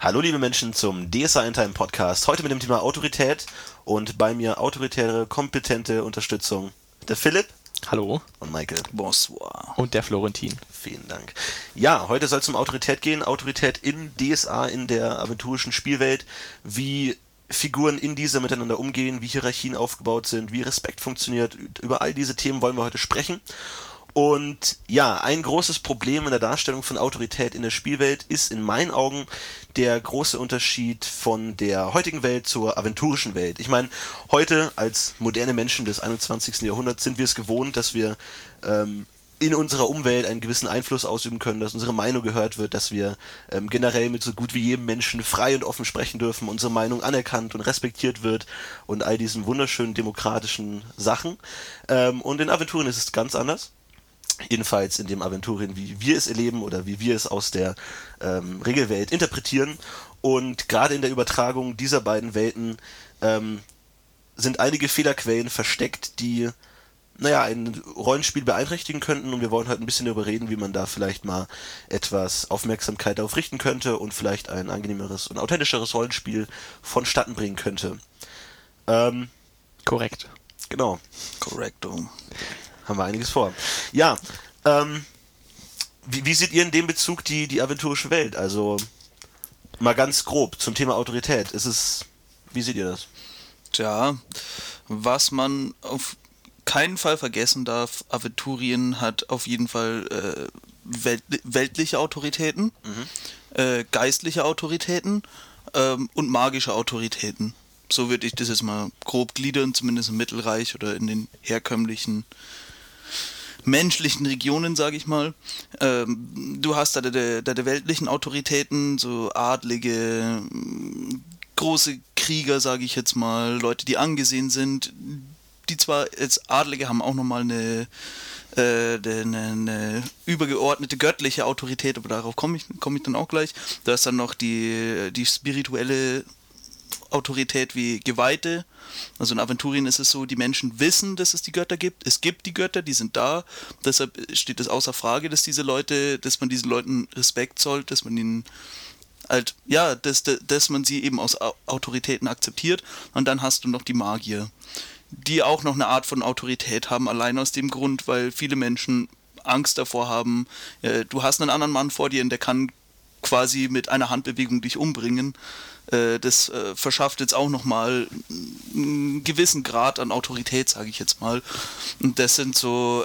Hallo liebe Menschen zum DSA in Time Podcast. Heute mit dem Thema Autorität und bei mir autoritäre, kompetente Unterstützung. Der Philipp. Hallo. Und Michael. Bonsoir. Und der Florentin. Vielen Dank. Ja, heute soll es um Autorität gehen. Autorität in DSA, in der aventurischen Spielwelt. Wie Figuren in dieser miteinander umgehen, wie Hierarchien aufgebaut sind, wie Respekt funktioniert. Über all diese Themen wollen wir heute sprechen. Und ja, ein großes Problem in der Darstellung von Autorität in der Spielwelt ist in meinen Augen der große Unterschied von der heutigen Welt zur aventurischen Welt. Ich meine, heute als moderne Menschen des 21. Jahrhunderts sind wir es gewohnt, dass wir in unserer Umwelt einen gewissen Einfluss ausüben können, dass unsere Meinung gehört wird, dass wir generell mit so gut wie jedem Menschen frei und offen sprechen dürfen, unsere Meinung anerkannt und respektiert wird und all diesen wunderschönen demokratischen Sachen. Und in Aventuren ist es ganz anders. Jedenfalls in dem Aventurien, wie wir es erleben oder wie wir es aus der Regelwelt interpretieren. Und gerade in der Übertragung dieser beiden Welten sind einige Fehlerquellen versteckt, die ein Rollenspiel beeinträchtigen könnten. Und wir wollen heute ein bisschen darüber reden, wie man da vielleicht mal etwas Aufmerksamkeit darauf richten könnte und vielleicht ein angenehmeres und authentischeres Rollenspiel vonstatten bringen könnte. Korrekt. Genau. Korrekto. Haben wir einiges vor. Ja, wie seht ihr in dem Bezug die aventurische Welt? Also mal ganz grob zum Thema Autorität. Wie seht ihr das? Tja, was man auf keinen Fall vergessen darf, Aventurien hat auf jeden Fall weltliche Autoritäten, geistliche Autoritäten und magische Autoritäten. So würde ich das jetzt mal grob gliedern, zumindest im Mittelreich oder in den herkömmlichen menschlichen Regionen, sage ich mal. Du hast da die weltlichen Autoritäten, so Adlige, große Krieger, sage ich jetzt mal, Leute, die angesehen sind, die zwar als Adlige haben auch nochmal eine übergeordnete göttliche Autorität, aber darauf komme ich dann auch gleich. Da ist dann noch die spirituelle Autorität wie Geweihte. Also in Aventurien ist es so, die Menschen wissen, dass es die Götter gibt. Es gibt die Götter, die sind da. Deshalb steht es außer Frage, dass man diesen Leuten Respekt zollt, dass man ihnen halt, ja, dass man sie eben als Autoritäten akzeptiert. Und dann hast du noch die Magier, die auch noch eine Art von Autorität haben, allein aus dem Grund, weil viele Menschen Angst davor haben. Du hast einen anderen Mann vor dir und der kann quasi mit einer Handbewegung dich umbringen. Das verschafft jetzt auch nochmal einen gewissen Grad an Autorität, sage ich jetzt mal. Und das sind so,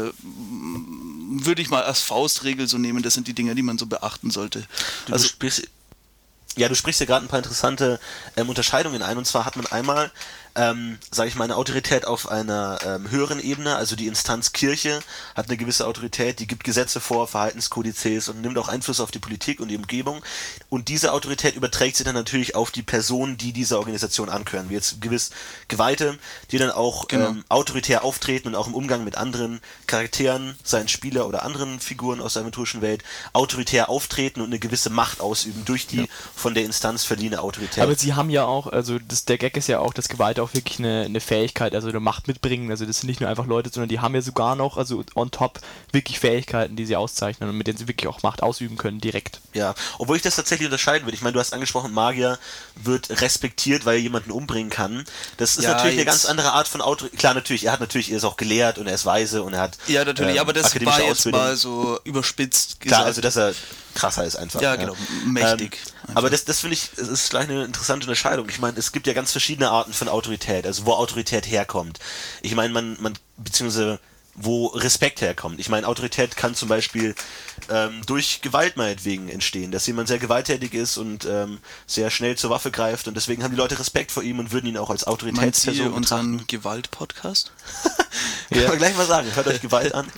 würde ich mal als Faustregel so nehmen, das sind die Dinge, die man so beachten sollte. Du sprichst ja gerade ein paar interessante Unterscheidungen ein. Und zwar hat man einmal, sage ich mal, eine Autorität auf einer höheren Ebene, also die Instanz Kirche hat eine gewisse Autorität, die gibt Gesetze vor, Verhaltenskodizes und nimmt auch Einfluss auf die Politik und die Umgebung. Und diese Autorität überträgt sich dann natürlich auf die Personen, die dieser Organisation angehören, wie jetzt gewiss Geweihte, die dann auch autoritär auftreten und auch im Umgang mit anderen Charakteren, seien Spieler oder anderen Figuren aus der aventurischen Welt, autoritär auftreten und eine gewisse Macht ausüben durch die von der Instanz verliehene Autorität. Aber sie haben ja auch, also der Gag ist ja auch, dass Geweihte auch wirklich eine Fähigkeit, also eine Macht mitbringen. Also das sind nicht nur einfach Leute, sondern die haben ja sogar noch, also on top, wirklich Fähigkeiten, die sie auszeichnen und mit denen sie wirklich auch Macht ausüben können, direkt. Ja, obwohl ich das tatsächlich unterscheiden würde. Ich meine, du hast angesprochen, Magier wird respektiert, weil er jemanden umbringen kann. Das ist natürlich eine ganz andere Art von Autorität. Klar, natürlich, er ist auch gelehrt und er ist weise und er hat ja, natürlich, aber das akademische war jetzt Ausbildung. mal so überspitzt gesagt. Klar, also dass er krasser ist einfach. Ja, genau, mächtig. Aber das finde ich, es ist gleich eine interessante Unterscheidung. Ich meine, es gibt ja ganz verschiedene Arten von Autorität, also wo Autorität herkommt. Ich meine, beziehungsweise wo Respekt herkommt. Ich meine, Autorität kann zum Beispiel durch Gewalt meinetwegen entstehen, dass jemand sehr gewalttätig ist und sehr schnell zur Waffe greift und deswegen haben die Leute Respekt vor ihm und würden ihn auch als Autoritätsperson betrachten. Unseren Gewalt-Podcast? Kann man gleich mal sagen, hört euch Gewalt an.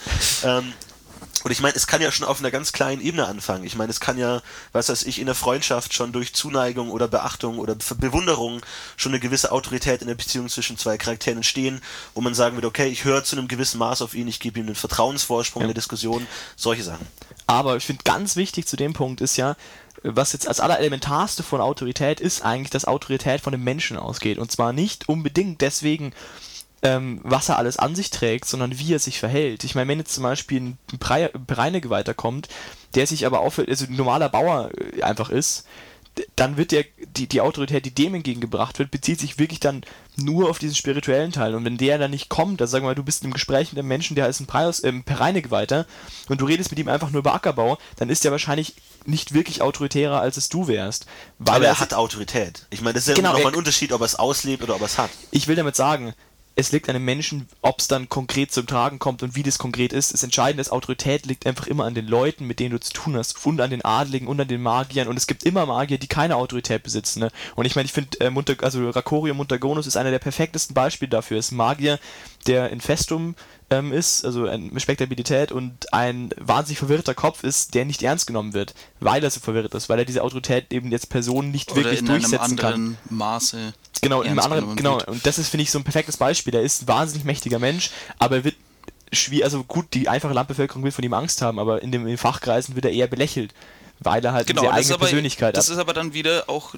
Und ich meine, es kann ja schon auf einer ganz kleinen Ebene anfangen. Ich meine, es kann ja, was weiß ich, in der Freundschaft schon durch Zuneigung oder Beachtung oder Bewunderung schon eine gewisse Autorität in der Beziehung zwischen zwei Charakteren entstehen, wo man sagen würde, okay, ich höre zu einem gewissen Maß auf ihn, ich gebe ihm einen Vertrauensvorsprung in der Diskussion, solche Sachen. Aber ich finde, ganz wichtig zu dem Punkt ist ja, was jetzt als allerelementarste von Autorität ist eigentlich, dass Autorität von dem Menschen ausgeht. Und zwar nicht unbedingt deswegen, was er alles an sich trägt, sondern wie er sich verhält. Ich meine, wenn jetzt zum Beispiel ein Reinegeweihter kommt, der sich aber aufhört, also ein normaler Bauer einfach ist, dann wird die Autorität, die dem entgegengebracht wird, bezieht sich wirklich dann nur auf diesen spirituellen Teil. Und wenn der dann nicht kommt, also sagen wir mal, du bist im Gespräch mit einem Menschen, der ist ein Pereinegeweihter und du redest mit ihm einfach nur über Ackerbau, dann ist der wahrscheinlich nicht wirklich autoritärer, als es du wärst. Weil aber er hat Autorität. Ich meine, das ist ja genau, nochmal ein Unterschied, ob er es auslebt oder ob er es hat. Ich will damit sagen, es liegt an dem Menschen, ob es dann konkret zum Tragen kommt und wie das konkret ist. Das Entscheidende ist, Autorität liegt einfach immer an den Leuten, mit denen du zu tun hast, und an den Adligen und an den Magiern. Und es gibt immer Magier, die keine Autorität besitzen. Ne? Und ich meine, ich finde, Racorio Montagonus ist einer der perfektesten Beispiele dafür. Er ist ein Magier, der in Festum ist, also eine Spektabilität, und ein wahnsinnig verwirrter Kopf ist, der nicht ernst genommen wird, weil er so verwirrt ist, weil er diese Autorität eben jetzt Personen nicht oder wirklich in durchsetzen kann. einem anderen Maße. Genau, und das ist, finde ich, so ein perfektes Beispiel. Er ist ein wahnsinnig mächtiger Mensch, aber er wird also gut, die einfache Landbevölkerung will von ihm Angst haben, aber in den Fachkreisen wird er eher belächelt, weil er halt eine eigene Persönlichkeit hat. Das ist aber dann wieder auch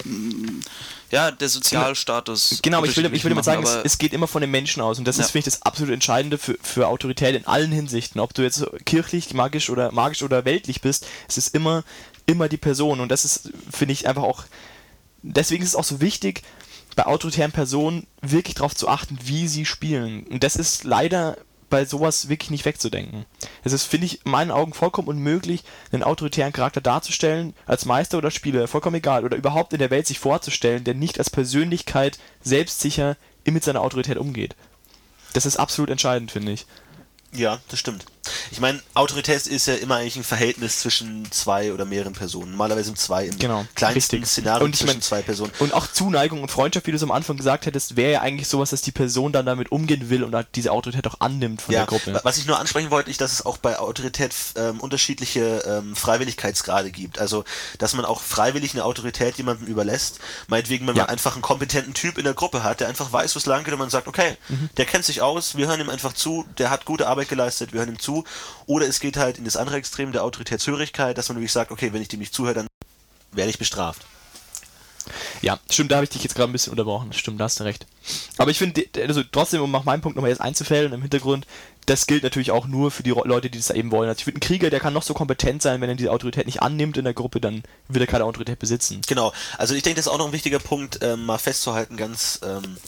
der Sozialstatus. Genau, aber ich will damit sagen, es geht immer von den Menschen aus, und das ist, finde ich, das absolut Entscheidende für Autorität in allen Hinsichten. Ob du jetzt kirchlich, magisch oder weltlich bist, es ist immer die Person, und das ist, finde ich, einfach auch, deswegen ist es auch so wichtig, bei autoritären Personen wirklich darauf zu achten, wie sie spielen. Und das ist leider bei sowas wirklich nicht wegzudenken. Es ist, finde ich, in meinen Augen vollkommen unmöglich, einen autoritären Charakter darzustellen, als Meister oder Spieler, vollkommen egal, oder überhaupt in der Welt sich vorzustellen, der nicht als Persönlichkeit selbstsicher mit seiner Autorität umgeht. Das ist absolut entscheidend, finde ich. Ja, das stimmt. Ich meine, Autorität ist ja immer eigentlich ein Verhältnis zwischen zwei oder mehreren Personen. Normalerweise zwei im kleinsten Szenario und zwischen zwei Personen. Und auch Zuneigung und Freundschaft, wie du es am Anfang gesagt hättest, wäre ja eigentlich sowas, dass die Person dann damit umgehen will und diese Autorität auch annimmt von der Gruppe. Was ich nur ansprechen wollte, ist, dass es auch bei Autorität unterschiedliche Freiwilligkeitsgrade gibt. Also, dass man auch freiwillig eine Autorität jemandem überlässt. Meinetwegen, wenn man einfach einen kompetenten Typ in der Gruppe hat, der einfach weiß, wo es lang geht, und man sagt, okay, der kennt sich aus, wir hören ihm einfach zu, der hat gute Arbeit geleistet, wir hören ihm zu. Oder es geht halt in das andere Extrem der Autoritätshörigkeit, dass man wirklich sagt, okay, wenn ich dem nicht zuhöre, dann werde ich bestraft. Ja, stimmt, da habe ich dich jetzt gerade ein bisschen unterbrochen. Stimmt, da hast du recht. Aber ich finde, also trotzdem, um auf meinen Punkt nochmal jetzt einzufällen, im Hintergrund, das gilt natürlich auch nur für die Leute, die das eben wollen. Also ich finde, ein Krieger, der kann noch so kompetent sein, wenn er diese Autorität nicht annimmt in der Gruppe, dann wird er keine Autorität besitzen. Genau, also ich denke, das ist auch noch ein wichtiger Punkt, mal festzuhalten, ganz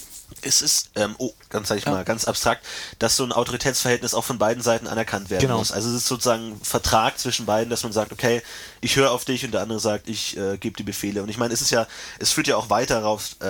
ganz abstrakt, dass so ein Autoritätsverhältnis auch von beiden Seiten anerkannt werden muss. Also es ist sozusagen ein Vertrag zwischen beiden, dass man sagt, okay, ich höre auf dich, und der andere sagt, ich gebe die Befehle. Und ich meine, es führt ja auch weiter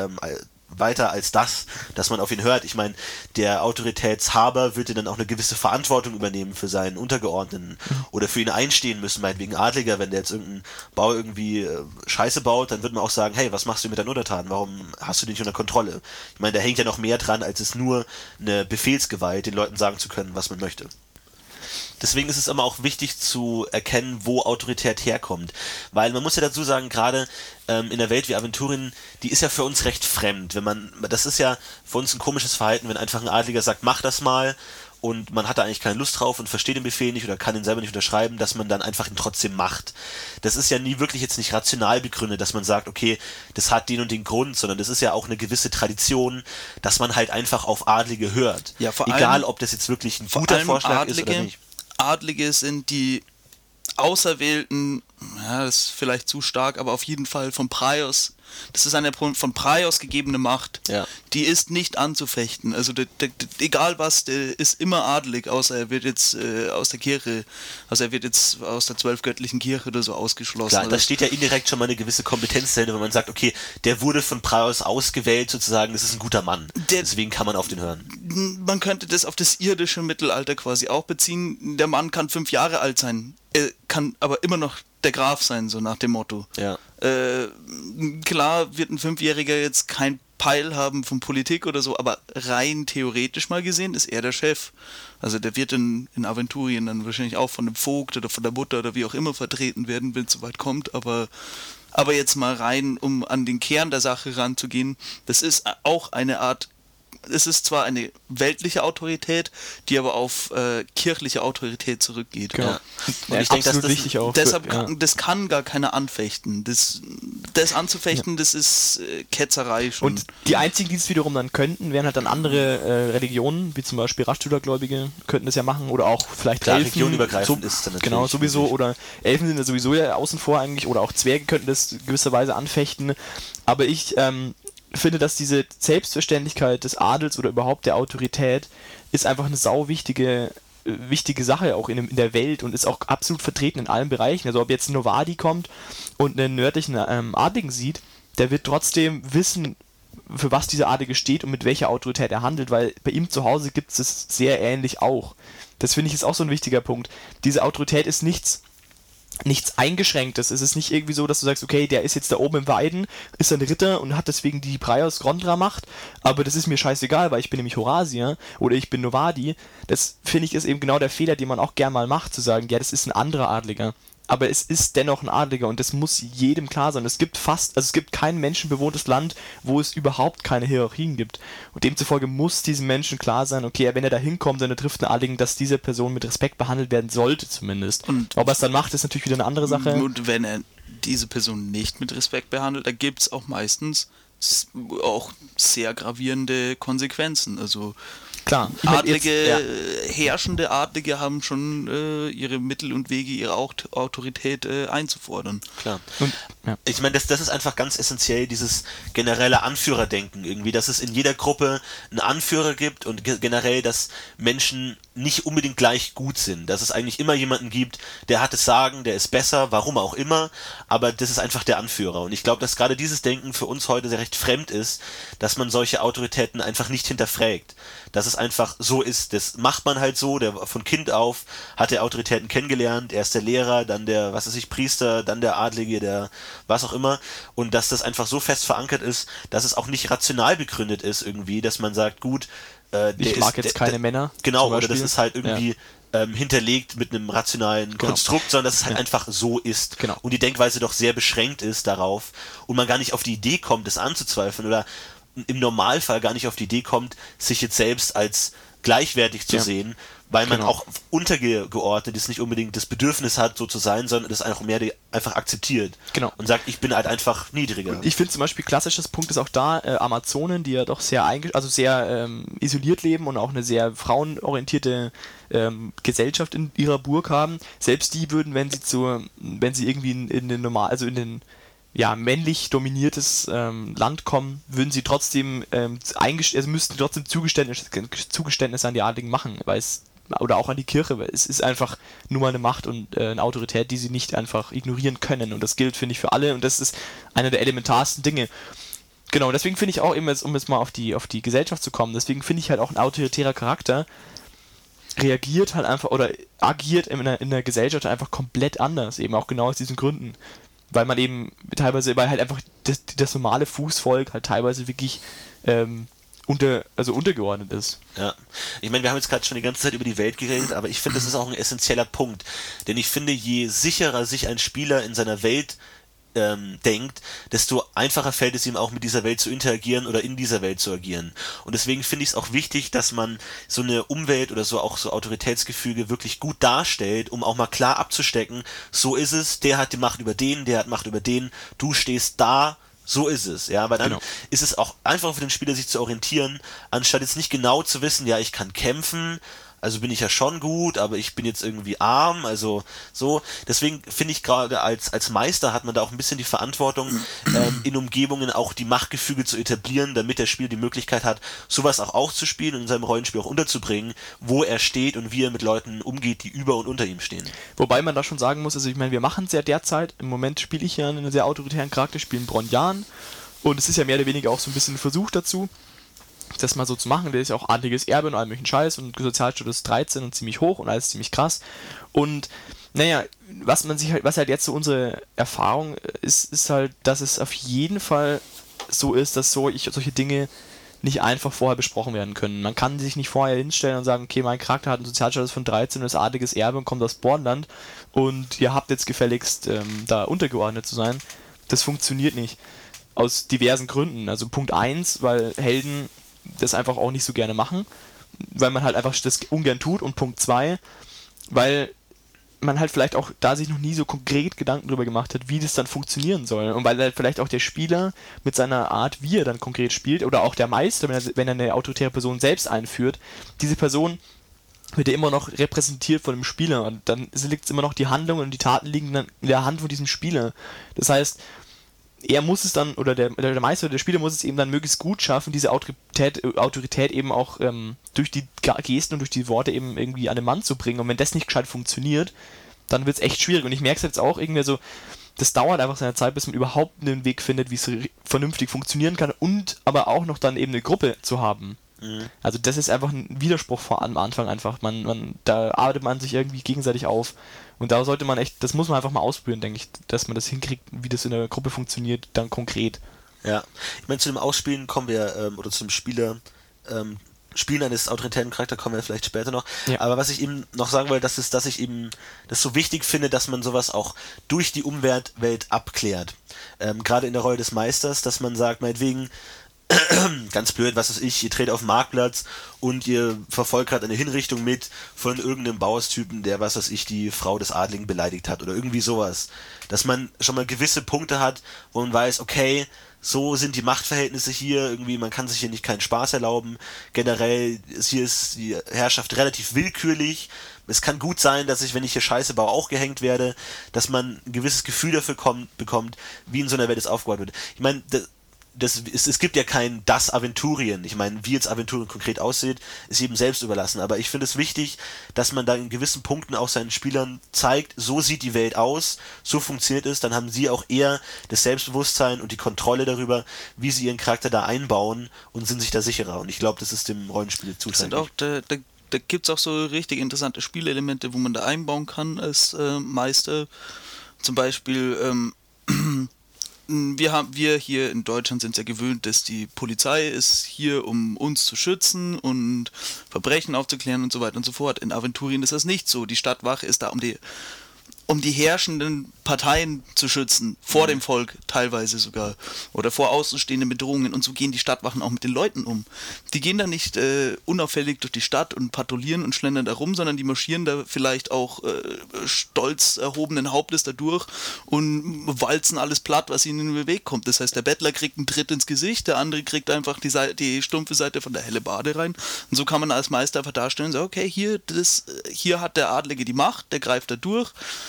als das, dass man auf ihn hört. Ich meine, der Autoritätshaber wird ja dann auch eine gewisse Verantwortung übernehmen für seinen Untergeordneten oder für ihn einstehen müssen, meinetwegen Adliger, wenn der jetzt irgendeinen Bau irgendwie Scheiße baut, dann wird man auch sagen, hey, was machst du mit deinen Untertanen? Warum hast du den nicht unter Kontrolle? Ich meine, da hängt ja noch mehr dran, als es nur eine Befehlsgewalt, den Leuten sagen zu können, was man möchte. Deswegen ist es immer auch wichtig zu erkennen, wo Autorität herkommt. Weil man muss ja dazu sagen, gerade in der Welt wie Aventurien, die ist ja für uns recht fremd. Das ist ja für uns ein komisches Verhalten, wenn einfach ein Adliger sagt, mach das mal, und man hat da eigentlich keine Lust drauf und versteht den Befehl nicht oder kann ihn selber nicht unterschreiben, dass man dann einfach ihn trotzdem macht. Das ist ja nie wirklich jetzt nicht rational begründet, dass man sagt, okay, das hat den und den Grund, sondern das ist ja auch eine gewisse Tradition, dass man halt einfach auf Adlige hört. Ja, egal, ob das jetzt wirklich ein guter Vorschlag ist oder nicht. Adlige sind die Auserwählten, das ist vielleicht zu stark, aber auf jeden Fall von Praios. Das ist eine von Praios gegebene Macht. Ja. Die ist nicht anzufechten. Also egal was, der ist immer adelig, außer er wird jetzt aus der Kirche, also er wird jetzt aus der 12 göttlichen Kirche oder so ausgeschlossen. Klar, da steht ja indirekt schon mal eine gewisse Kompetenz dahinter, wenn man sagt, okay, der wurde von Praios ausgewählt, sozusagen, das ist ein guter Mann. Deswegen kann man auf den hören. Man könnte das auf das irdische Mittelalter quasi auch beziehen. Der Mann kann 5 Jahre alt sein, er kann aber immer noch der Graf sein, so nach dem Motto. Ja. Klar wird ein 5-Jähriger jetzt kein Peil haben von Politik oder so, aber rein theoretisch mal gesehen ist er der Chef. Also der wird in Aventurien dann wahrscheinlich auch von dem Vogt oder von der Mutter oder wie auch immer vertreten werden, wenn es soweit kommt, aber jetzt mal rein, um an den Kern der Sache ranzugehen, das ist auch eine Art, es ist zwar eine weltliche Autorität, die aber auf kirchliche Autorität zurückgeht. Genau. Ja. Und ich denke, das wichtig auch. Deshalb das kann gar keiner anfechten. das anzufechten, das ist Ketzerei schon. Und die einzigen, die es wiederum dann könnten, wären halt dann andere Religionen, wie zum Beispiel Raststättergläubige könnten das ja machen oder auch vielleicht Klar, Elfen. regionübergreifend ist dann natürlich. Genau, sowieso. möglich. Oder Elfen sind ja sowieso ja außen vor eigentlich oder auch Zwerge könnten das gewisserweise anfechten. Aber ich finde, dass diese Selbstverständlichkeit des Adels oder überhaupt der Autorität ist einfach eine sau wichtige Sache auch in der Welt und ist auch absolut vertreten in allen Bereichen. Also ob jetzt ein Novadi kommt und einen nördlichen Adligen sieht, der wird trotzdem wissen, für was dieser Adlige steht und mit welcher Autorität er handelt, weil bei ihm zu Hause gibt es es sehr ähnlich auch. Das finde ich ist auch so ein wichtiger Punkt. Diese Autorität ist nichts Eingeschränktes. Es ist nicht irgendwie so, dass du sagst, okay, der ist jetzt da oben im Weiden, ist ein Ritter und hat deswegen die Praios Grondra Macht, aber das ist mir scheißegal, weil ich bin nämlich Horasier oder ich bin Novadi. Das finde ich ist eben genau der Fehler, den man auch gern mal macht, zu sagen, ja, das ist ein anderer Adliger. Aber es ist dennoch ein Adliger und das muss jedem klar sein. Es gibt kein menschenbewohntes Land, wo es überhaupt keine Hierarchien gibt. Und demzufolge muss diesem Menschen klar sein, okay, wenn er da hinkommt und er trifft einen Adligen, dass diese Person mit Respekt behandelt werden sollte zumindest. Und ob er es dann macht, ist natürlich wieder eine andere Sache. Und wenn er diese Person nicht mit Respekt behandelt, da gibt es auch meistens auch sehr gravierende Konsequenzen. Also Klar. herrschende Adlige haben schon ihre Mittel und Wege, ihre Autorität einzufordern. Klar. Und, ja. Ich meine, das ist einfach ganz essentiell, dieses generelle Anführerdenken irgendwie, dass es in jeder Gruppe einen Anführer gibt und generell, dass Menschen nicht unbedingt gleich gut sind, dass es eigentlich immer jemanden gibt, der hat es sagen, der ist besser, warum auch immer, aber das ist einfach der Anführer und ich glaube, dass gerade dieses Denken für uns heute sehr recht fremd ist, dass man solche Autoritäten einfach nicht hinterfragt, dass es einfach so ist, das macht man halt so, der von Kind auf hat der Autoritäten kennengelernt, erst der Lehrer, dann der, was weiß ich, Priester, dann der Adlige, der was auch immer und dass das einfach so fest verankert ist, dass es auch nicht rational begründet ist irgendwie, dass man sagt, gut, ich mag jetzt keine Männer. Genau, oder das ist halt irgendwie hinterlegt mit einem rationalen Konstrukt, sondern dass es halt einfach so ist. Genau. Und die Denkweise doch sehr beschränkt ist darauf und man gar nicht auf die Idee kommt, das anzuzweifeln oder im Normalfall gar nicht auf die Idee kommt, sich jetzt selbst als gleichwertig zu sehen, weil man auch untergeordnet ist, nicht unbedingt das Bedürfnis hat, so zu sein, sondern das einfach mehr einfach akzeptiert. Genau. Und sagt, ich bin halt einfach niedriger. Ich finde zum Beispiel, klassisches Punkt ist auch da, Amazonen, die ja doch sehr isoliert leben und auch eine sehr frauenorientierte Gesellschaft in ihrer Burg haben. Selbst die würden, wenn sie irgendwie in den männlich dominiertes Land kommen, würden sie trotzdem müssten trotzdem Zugeständnisse an die Adligen machen, oder auch an die Kirche, weil es ist einfach nur mal eine Macht und eine Autorität, die sie nicht einfach ignorieren können und das gilt, finde ich, für alle und das ist einer der elementarsten Dinge. Genau, deswegen finde ich auch immer, um jetzt mal auf die Gesellschaft zu kommen, deswegen finde ich halt auch ein autoritärer Charakter reagiert halt einfach oder agiert in der Gesellschaft einfach komplett anders, eben auch genau aus diesen Gründen. Weil man eben teilweise, weil halt einfach das normale Fußvolk halt teilweise wirklich untergeordnet ist. Ja, ich meine, wir haben jetzt gerade schon die ganze Zeit über die Welt geredet, aber ich finde, das ist auch ein essentieller Punkt. Denn ich finde, je sicherer sich ein Spieler in seiner Welt denkt, desto einfacher fällt es ihm auch mit dieser Welt zu interagieren oder in dieser Welt zu agieren. Und deswegen finde ich es auch wichtig, dass man so eine Umwelt oder so auch so Autoritätsgefüge wirklich gut darstellt, um auch mal klar abzustecken, so ist es, der hat die Macht über den, der hat Macht über den, du stehst da, so ist es, ja, weil dann ist es auch einfacher für den Spieler, sich zu orientieren, anstatt jetzt nicht genau zu wissen, ja, ich kann kämpfen, also bin ich ja schon gut, aber ich bin jetzt irgendwie arm, also so. Deswegen finde ich gerade als Meister hat man da auch ein bisschen die Verantwortung, in Umgebungen auch die Machtgefüge zu etablieren, damit der Spieler die Möglichkeit hat, sowas auch auszuspielen und in seinem Rollenspiel auch unterzubringen, wo er steht und wie er mit Leuten umgeht, die über und unter ihm stehen. Wobei man da schon sagen muss, also ich meine, wir machen es ja derzeit, im Moment spiele ich ja einen sehr autoritären Charakter, spielen Bronjan und es ist ja mehr oder weniger auch so ein bisschen ein Versuch dazu, das mal so zu machen, der ist ja auch adliges Erbe und all möglichen Scheiß und Sozialstatus 13 und ziemlich hoch und alles ziemlich krass und naja, was halt jetzt so unsere Erfahrung ist halt, dass es auf jeden Fall so ist, dass solche Dinge nicht einfach vorher besprochen werden können. Man kann sich nicht vorher hinstellen und sagen, okay, mein Charakter hat einen Sozialstatus von 13 und ist adliges Erbe und kommt aus Bornland und ihr habt jetzt gefälligst da untergeordnet zu sein. Das funktioniert nicht. Aus diversen Gründen. Also Punkt 1, weil Helden das einfach auch nicht so gerne machen, weil man halt einfach das ungern tut und Punkt 2, weil man halt vielleicht auch da sich noch nie so konkret Gedanken drüber gemacht hat, wie das dann funktionieren soll. Und weil halt vielleicht auch der Spieler mit seiner Art, wie er dann konkret spielt, oder auch der Meister, wenn er eine autoritäre Person selbst einführt, diese Person wird ja immer noch repräsentiert von dem Spieler und dann liegt es immer noch, die Handlungen und die Taten liegen dann in der Hand von diesem Spieler. Das heißt, er muss es dann, oder der Meister oder der Spieler muss es eben dann möglichst gut schaffen, diese Autorität eben auch durch die Gesten und durch die Worte eben irgendwie an den Mann zu bringen. Und wenn das nicht gescheit funktioniert, dann wird es echt schwierig. Und ich merke es jetzt auch irgendwie so, das dauert einfach seine Zeit, bis man überhaupt einen Weg findet, wie es vernünftig funktionieren kann und aber auch noch dann eben eine Gruppe zu haben. Also das ist einfach ein Widerspruch am Anfang einfach. Da arbeitet man sich irgendwie gegenseitig auf. Und da sollte man echt, das muss man einfach mal ausprobieren, denke ich, dass man das hinkriegt, wie das in der Gruppe funktioniert, dann konkret. Ja, ich meine, zu dem Ausspielen kommen wir, oder zum Spielen eines autoritären Charakters kommen wir vielleicht später noch. Ja. Aber was ich eben noch sagen wollte, dass ich eben das so wichtig finde, dass man sowas auch durch die Umwelt abklärt. Gerade in der Rolle des Meisters, dass man sagt, meinetwegen, ganz blöd, was weiß ich, ihr tretet auf den Marktplatz und ihr verfolgt gerade eine Hinrichtung mit von irgendeinem Bauerstypen, der, was weiß ich, die Frau des Adligen beleidigt hat oder irgendwie sowas. Dass man schon mal gewisse Punkte hat, wo man weiß, okay, so sind die Machtverhältnisse hier, irgendwie, man kann sich hier nicht keinen Spaß erlauben. Generell, hier ist die Herrschaft relativ willkürlich. Es kann gut sein, dass ich, wenn ich hier Scheiße baue, auch gehängt werde, dass man ein gewisses Gefühl dafür bekommt, wie in so einer Welt es aufgebaut wird. Ich meine, es gibt ja kein das Aventurien. Ich meine, wie jetzt Aventurien konkret aussieht, ist jedem selbst überlassen. Aber ich finde es wichtig, dass man da in gewissen Punkten auch seinen Spielern zeigt, so sieht die Welt aus, so funktioniert es. Dann haben sie auch eher das Selbstbewusstsein und die Kontrolle darüber, wie sie ihren Charakter da einbauen und sind sich da sicherer. Und ich glaube, das ist dem Rollenspiel zuträglich. Da gibt es auch so richtig interessante Spielelemente, wo man da einbauen kann als Meister. Zum Beispiel wir hier in Deutschland sind ja gewöhnt, dass die Polizei ist hier, um uns zu schützen und Verbrechen aufzuklären und so weiter und so fort. In Aventurien ist das nicht so. Die Stadtwache ist da, um die herrschenden Parteien zu schützen, vor dem Volk teilweise sogar, oder vor außenstehenden Bedrohungen, und so gehen die Stadtwachen auch mit den Leuten um. Die gehen da nicht unauffällig durch die Stadt und patrouillieren und schlendern da rum, sondern die marschieren da vielleicht auch stolz erhobenen Hauptes da durch und walzen alles platt, was ihnen in den Weg kommt. Das heißt, der Bettler kriegt einen Tritt ins Gesicht, der andere kriegt einfach die stumpfe Seite von der Hellebarde rein, und so kann man als Meister einfach darstellen und sagen, okay, hier hat der Adlige die Macht, der greift da durch.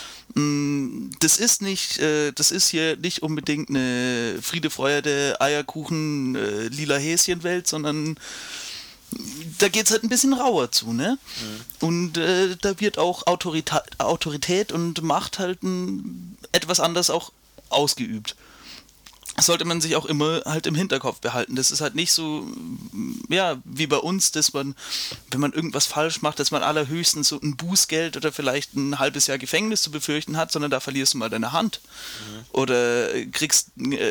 Das ist hier nicht unbedingt eine Friede, Freude, Eierkuchen, lila Häschenwelt, sondern da geht es halt ein bisschen rauer zu, ne? Und da wird auch Autorität und Macht halt etwas anders auch ausgeübt. Das sollte man sich auch immer halt im Hinterkopf behalten. Das ist halt nicht so, ja, wie bei uns, dass man, wenn man irgendwas falsch macht, dass man allerhöchstens so ein Bußgeld oder vielleicht ein halbes Jahr Gefängnis zu befürchten hat, sondern da verlierst du mal deine Hand. Oder kriegst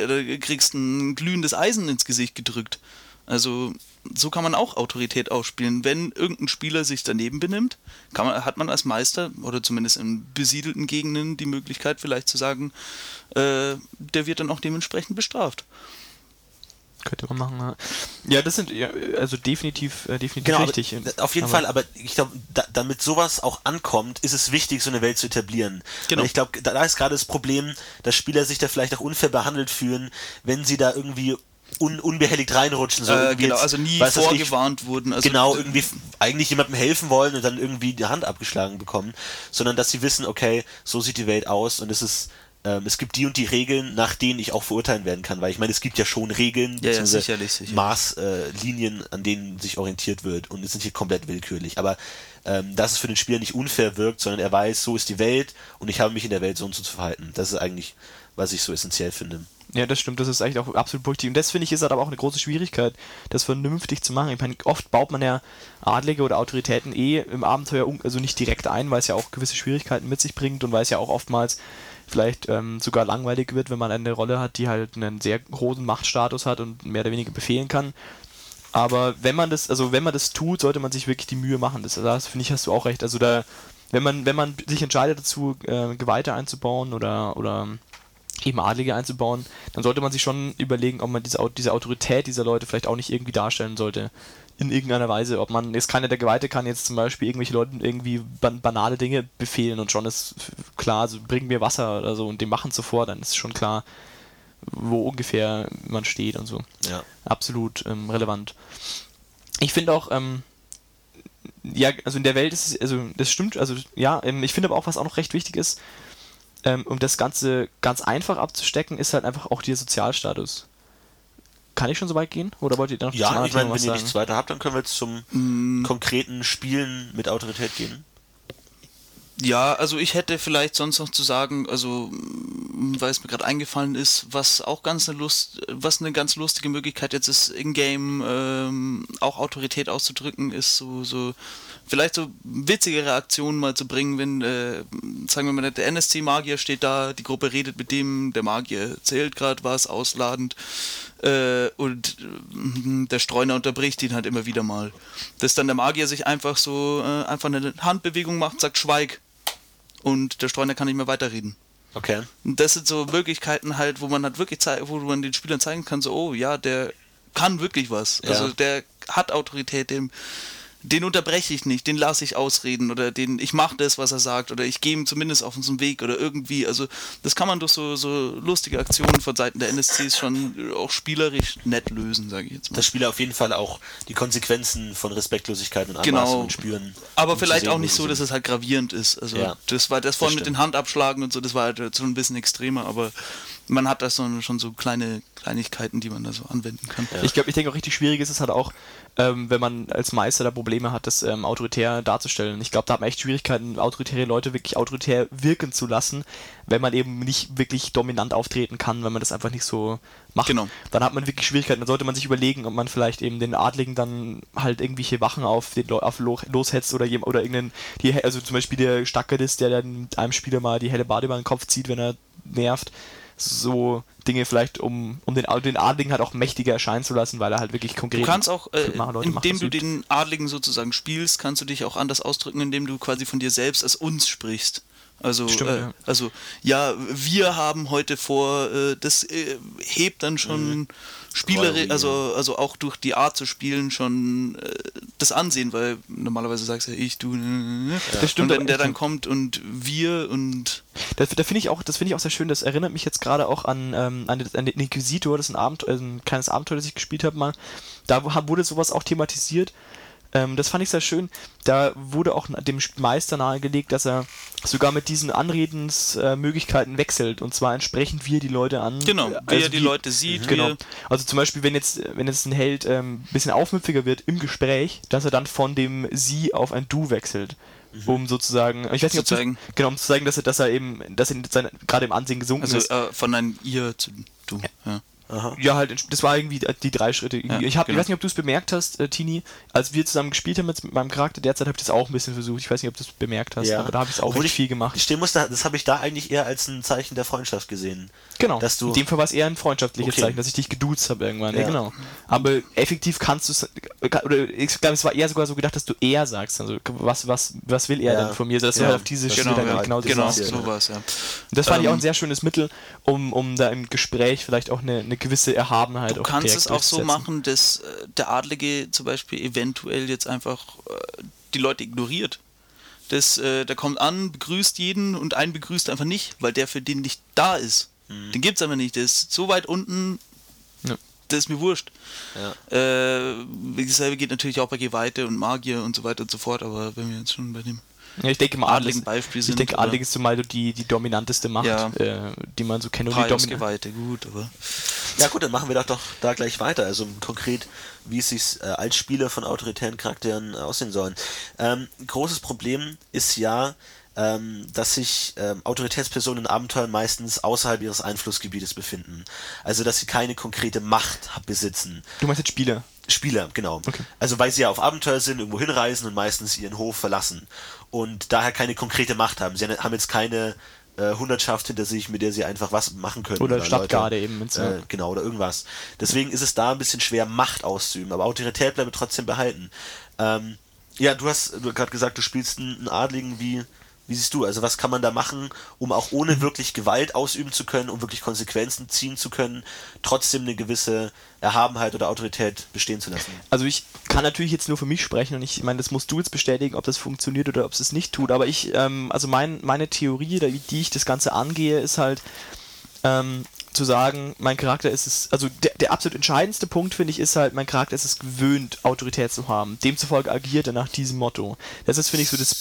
ein glühendes Eisen ins Gesicht gedrückt. Also so kann man auch Autorität ausspielen. Wenn irgendein Spieler sich daneben benimmt, hat man als Meister oder zumindest in besiedelten Gegenden die Möglichkeit vielleicht zu sagen, der wird dann auch dementsprechend bestraft. Könnte man machen, ja. Das sind also definitiv genau, richtig. Auf jeden Fall, aber ich glaube, damit sowas auch ankommt, ist es wichtig, so eine Welt zu etablieren. Genau. Und ich glaube, da ist gerade das Problem, dass Spieler sich da vielleicht auch unfair behandelt fühlen, wenn sie da irgendwie unbehelligt reinrutschen. So genau, also nie vorgewarnt wurden. Also genau, irgendwie eigentlich jemandem helfen wollen und dann irgendwie die Hand abgeschlagen bekommen, sondern dass sie wissen, okay, so sieht die Welt aus und es gibt die und die Regeln, nach denen ich auch verurteilen werden kann, weil ich meine, es gibt ja schon Regeln, sicherlich. Maßlinien, an denen sich orientiert wird und es sind hier komplett willkürlich, aber dass es für den Spieler nicht unfair wirkt, sondern er weiß, so ist die Welt und ich habe mich in der Welt so und so zu verhalten. Das ist eigentlich, was ich so essentiell finde. Ja, das stimmt, das ist eigentlich auch absolut positiv. Und das, finde ich, ist halt aber auch eine große Schwierigkeit, das vernünftig zu machen. Ich meine, oft baut man ja Adlige oder Autoritäten im Abenteuer also nicht direkt ein, weil es ja auch gewisse Schwierigkeiten mit sich bringt und weil es ja auch oftmals vielleicht sogar langweilig wird, wenn man eine Rolle hat, die halt einen sehr hohen Machtstatus hat und mehr oder weniger befehlen kann. Aber wenn man das tut, sollte man sich wirklich die Mühe machen. Das finde ich, hast du auch recht. Also da, wenn man sich entscheidet dazu, Geweihte einzubauen oder eben Adlige einzubauen, dann sollte man sich schon überlegen, ob man diese Autorität dieser Leute vielleicht auch nicht irgendwie darstellen sollte. In irgendeiner Weise. Ob man, jetzt keiner der Geweihte kann jetzt zum Beispiel irgendwelche Leuten irgendwie banale Dinge befehlen und schon ist klar, also bring mir Wasser oder so und dem machen zuvor, dann ist schon klar, wo ungefähr man steht und so. Ja. Absolut relevant. Ich finde auch, ja, also in der Welt ist es, also das stimmt, also ja, ich finde aber auch, was auch noch recht wichtig ist, um das Ganze ganz einfach abzustecken, ist halt einfach auch der Sozialstatus. Kann ich schon so weit gehen? Oder wollt ihr da noch Ja, ich meine, wenn was ihr sagen? nichts weiter habt, dann können wir jetzt zum konkreten Spielen mit Autorität gehen. Ja, also ich hätte vielleicht sonst noch zu sagen, also weil es mir gerade eingefallen ist, was auch was eine ganz lustige Möglichkeit jetzt ist, in-game auch Autorität auszudrücken, ist so vielleicht so witzige Reaktionen mal zu bringen, wenn, sagen wir mal, der NSC-Magier steht da, die Gruppe redet mit dem, der Magier erzählt gerade was, ausladend, und der Streuner unterbricht ihn halt immer wieder mal. Dass dann der Magier sich einfach so einfach eine Handbewegung macht, sagt Schweig, und der Streuner kann nicht mehr weiterreden. Okay. Und das sind so Möglichkeiten halt, wo man halt wirklich wo man den Spielern zeigen kann, so, oh ja, der kann wirklich was. Ja. Also der hat Autorität, den unterbreche ich nicht, den lasse ich ausreden oder ich mache das, was er sagt oder ich gehe ihm zumindest auf unseren Weg oder irgendwie, also das kann man durch so lustige Aktionen von Seiten der NSCs schon auch spielerisch nett lösen, sage ich jetzt mal. Dass Spieler auf jeden Fall auch die Konsequenzen von Respektlosigkeit und Anmaßungen spüren. Aber um zu vielleicht sehen, auch wo nicht sie so, sind. dass es halt gravierend ist. Also Ja, das vorhin mit stimmt. den Handabschlagen und so, das war halt so ein bisschen extremer, aber man hat da schon so kleine Kleinigkeiten, die man da so anwenden kann. Ja. Ich denke auch richtig schwierig ist es halt auch, wenn man als Meister da Probleme hat, das autoritär darzustellen. Ich glaube, da hat man echt Schwierigkeiten, autoritäre Leute wirklich autoritär wirken zu lassen, wenn man eben nicht wirklich dominant auftreten kann, wenn man das einfach nicht so macht. Genau. Dann hat man wirklich Schwierigkeiten. Dann sollte man sich überlegen, ob man vielleicht eben den Adligen dann halt irgendwelche Wachen auf loshetzt oder irgendeinen, also zum Beispiel der Stackeris, der dann einem Spieler mal die helle Bade über den Kopf zieht, wenn er nervt. So Dinge vielleicht, um den Adligen halt auch mächtiger erscheinen zu lassen, weil er halt wirklich konkret... Du kannst auch, Leute macht, indem du ausübt. den Adligen sozusagen spielst, kannst du dich auch anders ausdrücken, indem du quasi von dir selbst als uns sprichst. Also, Stimmt, ja. Also ja, wir haben heute vor, das hebt dann schon spielerisch, also auch durch die Art zu spielen schon das Ansehen, weil normalerweise sagst du ja ich, du, Das stimmt, und wenn aber der dann kommt und wir und Das finde ich auch sehr schön, das erinnert mich jetzt gerade auch an den Inquisitor, das ist ein kleines Abenteuer, das ich gespielt habe mal. Da wurde sowas auch thematisiert. Das fand ich sehr schön. Da wurde auch dem Meister nahegelegt, dass er sogar mit diesen Anredensmöglichkeiten wechselt. Und zwar entsprechend, wie er die Leute genau, wie er die Leute sieht. Genau. Wie Also zum Beispiel, wenn jetzt ein Held ein bisschen aufmüpfiger wird im Gespräch, dass er dann von dem Sie auf ein Du wechselt. Um sozusagen, ich weiß nicht, um zu zeigen, dass er gerade im Ansehen gesunken ist. von ein Ihr zu du. Ja. Aha. Ja, halt, das war irgendwie die 3 Schritte. Ja, Ich weiß nicht, ob du es bemerkt hast, Tini, als wir zusammen gespielt haben mit meinem Charakter, derzeit habe ich das auch ein bisschen versucht. Ich weiß nicht, ob du es bemerkt hast, Ja. aber da habe ich es auch Obwohl richtig viel gemacht. Ich stehen muss, das habe ich da eigentlich eher als ein Zeichen der Freundschaft gesehen. Genau, Dass du- in dem Fall war es eher ein freundschaftliches Okay. Zeichen, dass ich dich geduzt habe irgendwann. Ja. Ja. Genau. Aber effektiv kannst du es, oder ich glaube, es war eher sogar so gedacht, dass du er sagst. Also, was will er Ja. denn von mir? Dass du Ja. halt auf diese Genau, Schiene dann ja, genau Genau, das ist ja- sowas, ja. Das fand ich auch ein sehr schönes Mittel, um da im Gespräch vielleicht auch eine gewisse Erhabenheit Du auch kannst direkt es auch so durchzusetzen. machen, dass der Adlige zum Beispiel eventuell jetzt einfach die Leute ignoriert. Der kommt an, begrüßt jeden und einen begrüßt einfach nicht, weil der für den nicht da ist. Den gibt's aber nicht. Der ist so weit unten, Ja. das ist mir wurscht. Ja. Dasselbe geht natürlich auch bei Geweihte und Magier und so weiter und so fort, aber wenn wir jetzt schon bei dem Ja, ich denke mal, adligen Beispiel ich sind, denke, oder? Adlig ist zumal die dominanteste Macht, Ja. die man so kennt. Und die Pius Geweihte, gut, aber Ja gut, dann machen wir doch da gleich weiter. Also konkret, wie es sich als Spieler von autoritären Charakteren aussehen sollen. Großes Problem ist ja, dass sich Autoritätspersonen in Abenteuern meistens außerhalb ihres Einflussgebietes befinden. Also dass sie keine konkrete Macht besitzen. Du meinst jetzt Spieler? Spieler, genau. Okay. Also weil sie ja auf Abenteuer sind, irgendwo hinreisen und meistens ihren Hof verlassen. Und daher keine konkrete Macht haben. Sie haben jetzt keine Hundertschaft hinter sich, mit der sie einfach was machen können. Oder Stadtgarde Leute, eben. genau, oder irgendwas. Deswegen ist es da ein bisschen schwer, Macht auszuüben, aber Autorität bleibt trotzdem behalten. Ja, du hast gerade gesagt, du spielst einen Adligen, wie Wie siehst du, also was kann man da machen, um auch ohne wirklich Gewalt ausüben zu können, um wirklich Konsequenzen ziehen zu können, trotzdem eine gewisse Erhabenheit oder Autorität bestehen zu lassen? Also ich kann natürlich jetzt nur für mich sprechen und ich meine, das musst du jetzt bestätigen, ob das funktioniert oder ob es nicht tut, aber also meine Theorie, die ich das Ganze angehe, ist halt, zu sagen, mein Charakter ist es, also der absolut entscheidendste Punkt, finde ich, ist halt, mein Charakter ist es gewöhnt, Autorität zu haben. Demzufolge agiert er nach diesem Motto. Das ist, finde ich, so das...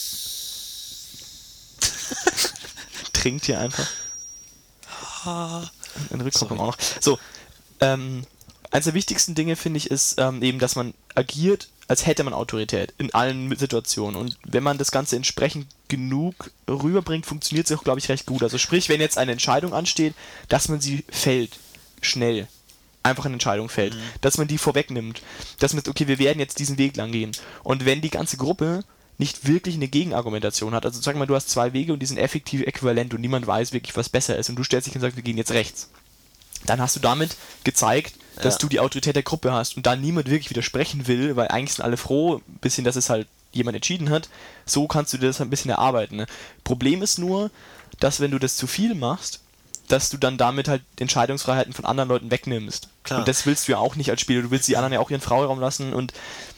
Trinkt hier einfach. Ein Rückkopplung auch noch. So, eines der wichtigsten Dinge, finde ich, ist eben, dass man agiert, als hätte man Autorität in allen Situationen. Und wenn man das Ganze entsprechend genug rüberbringt, funktioniert es auch, glaube ich, recht gut. Also sprich, wenn jetzt eine Entscheidung ansteht, dass man sie fällt, schnell. Einfach eine Entscheidung fällt. Dass man die vorwegnimmt. Dass man, okay, wir werden jetzt diesen Weg lang gehen. Und wenn die ganze Gruppe nicht wirklich eine Gegenargumentation hat, also sag mal, du hast zwei Wege und die sind effektiv äquivalent und niemand weiß wirklich, was besser ist und du stellst dich und sagst, wir gehen jetzt rechts. Dann hast du damit gezeigt, dass du die Autorität der Gruppe hast und da niemand wirklich widersprechen will, weil eigentlich sind alle froh, ein bisschen, dass es halt jemand entschieden hat, so kannst du dir das ein bisschen erarbeiten. Ne? Problem ist nur, dass wenn du das zu viel machst, dass du dann damit halt Entscheidungsfreiheiten von anderen Leuten wegnimmst. Klar. Und das willst du ja auch nicht als Spieler, du willst die anderen ja auch ihren Freiraum lassen und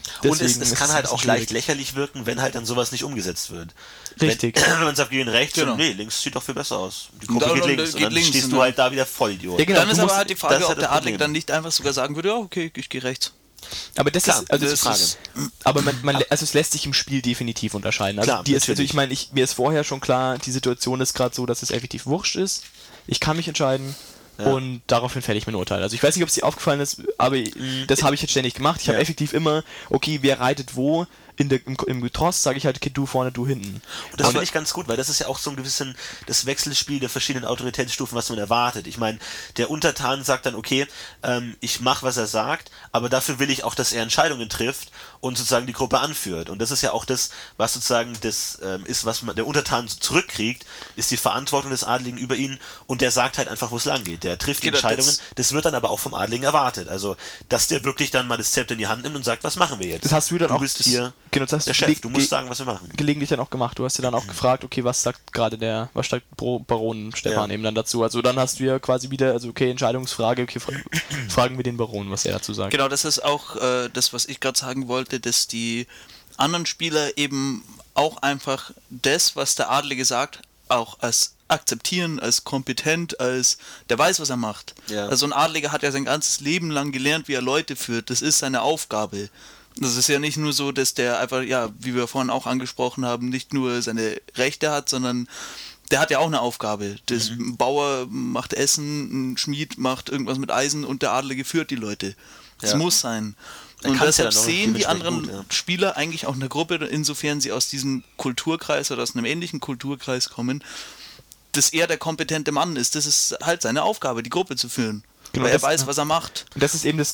es kann halt auch leicht lächerlich wirken, wenn halt dann sowas nicht umgesetzt wird. Richtig. Wenn man sagt, wir gehen rechts, Genau. und nee, links sieht doch viel besser aus. Die Gruppe geht links. Und dann links stehst und du dann- halt da wieder Vollidiot. Ja, genau. Dann ist du aber musst- halt die das Frage, ist halt ob der das Adlig Problem. dann nicht einfach sogar sagen würde, ja, okay, ich gehe rechts. Aber das Klar, ist, also das ist die Frage. aber also es lässt sich im Spiel definitiv unterscheiden. Also, Klar, also ich meine, mir ist vorher schon klar, die Situation ist gerade so, dass es effektiv wurscht ist. Ich kann mich entscheiden und daraufhin fälle ich mir ein Urteil. Also ich weiß nicht, ob es dir aufgefallen ist, aber das habe ich jetzt ständig gemacht. Ich habe effektiv immer, okay, wer reitet wo, im Getross sage ich halt, okay, du vorne, du hinten. Und das finde ich ganz gut, weil das ist ja auch so ein gewissen das Wechselspiel der verschiedenen Autoritätsstufen, was man erwartet. Ich meine, der Untertan sagt dann, okay, ich mache, was er sagt, aber dafür will ich auch, dass er Entscheidungen trifft und sozusagen die Gruppe anführt. Und das ist ja auch das, was sozusagen das ist, was der Untertan so zurückkriegt, ist die Verantwortung des Adligen über ihn und der sagt halt einfach, wo es lang geht. Der trifft die Genau, Entscheidungen. Das wird dann aber auch vom Adligen erwartet. Also, dass der wirklich dann mal das Zepter in die Hand nimmt und sagt, was machen wir jetzt? Das hast du dann auch... bist hier genau, das hast der Chef, du musst sagen, was wir machen. gelegentlich dann auch gemacht. Du hast dir dann auch gefragt, okay, was sagt gerade was sagt Baron Stefan eben dann dazu? Also dann hast du ja quasi wieder, also okay, Entscheidungsfrage, okay, fragen wir den Baron, was er dazu sagt. Genau, das ist auch das, was ich gerade sagen wollte, dass die anderen Spieler eben auch einfach das, was der Adlige sagt, auch als akzeptieren, als kompetent, als der weiß, was er macht. Ja. Also ein Adliger hat ja sein ganzes Leben lang gelernt, wie er Leute führt. Das ist seine Aufgabe. Das ist ja nicht nur so, dass der einfach, ja, wie wir vorhin auch angesprochen haben, nicht nur seine Rechte hat, sondern der hat ja auch eine Aufgabe. Ein Bauer macht Essen, ein Schmied macht irgendwas mit Eisen und der Adlige führt die Leute. Das Ja. muss sein. Er Und kann's ja deshalb dann auch sehen die dementsprechend anderen gut, ja. Spieler eigentlich auch eine Gruppe, insofern sie aus diesem Kulturkreis oder aus einem ähnlichen Kulturkreis kommen, dass er der kompetente Mann ist. Das ist halt seine Aufgabe, die Gruppe zu führen. Genau, weil er das- weiß, was er macht. Und das ist eben das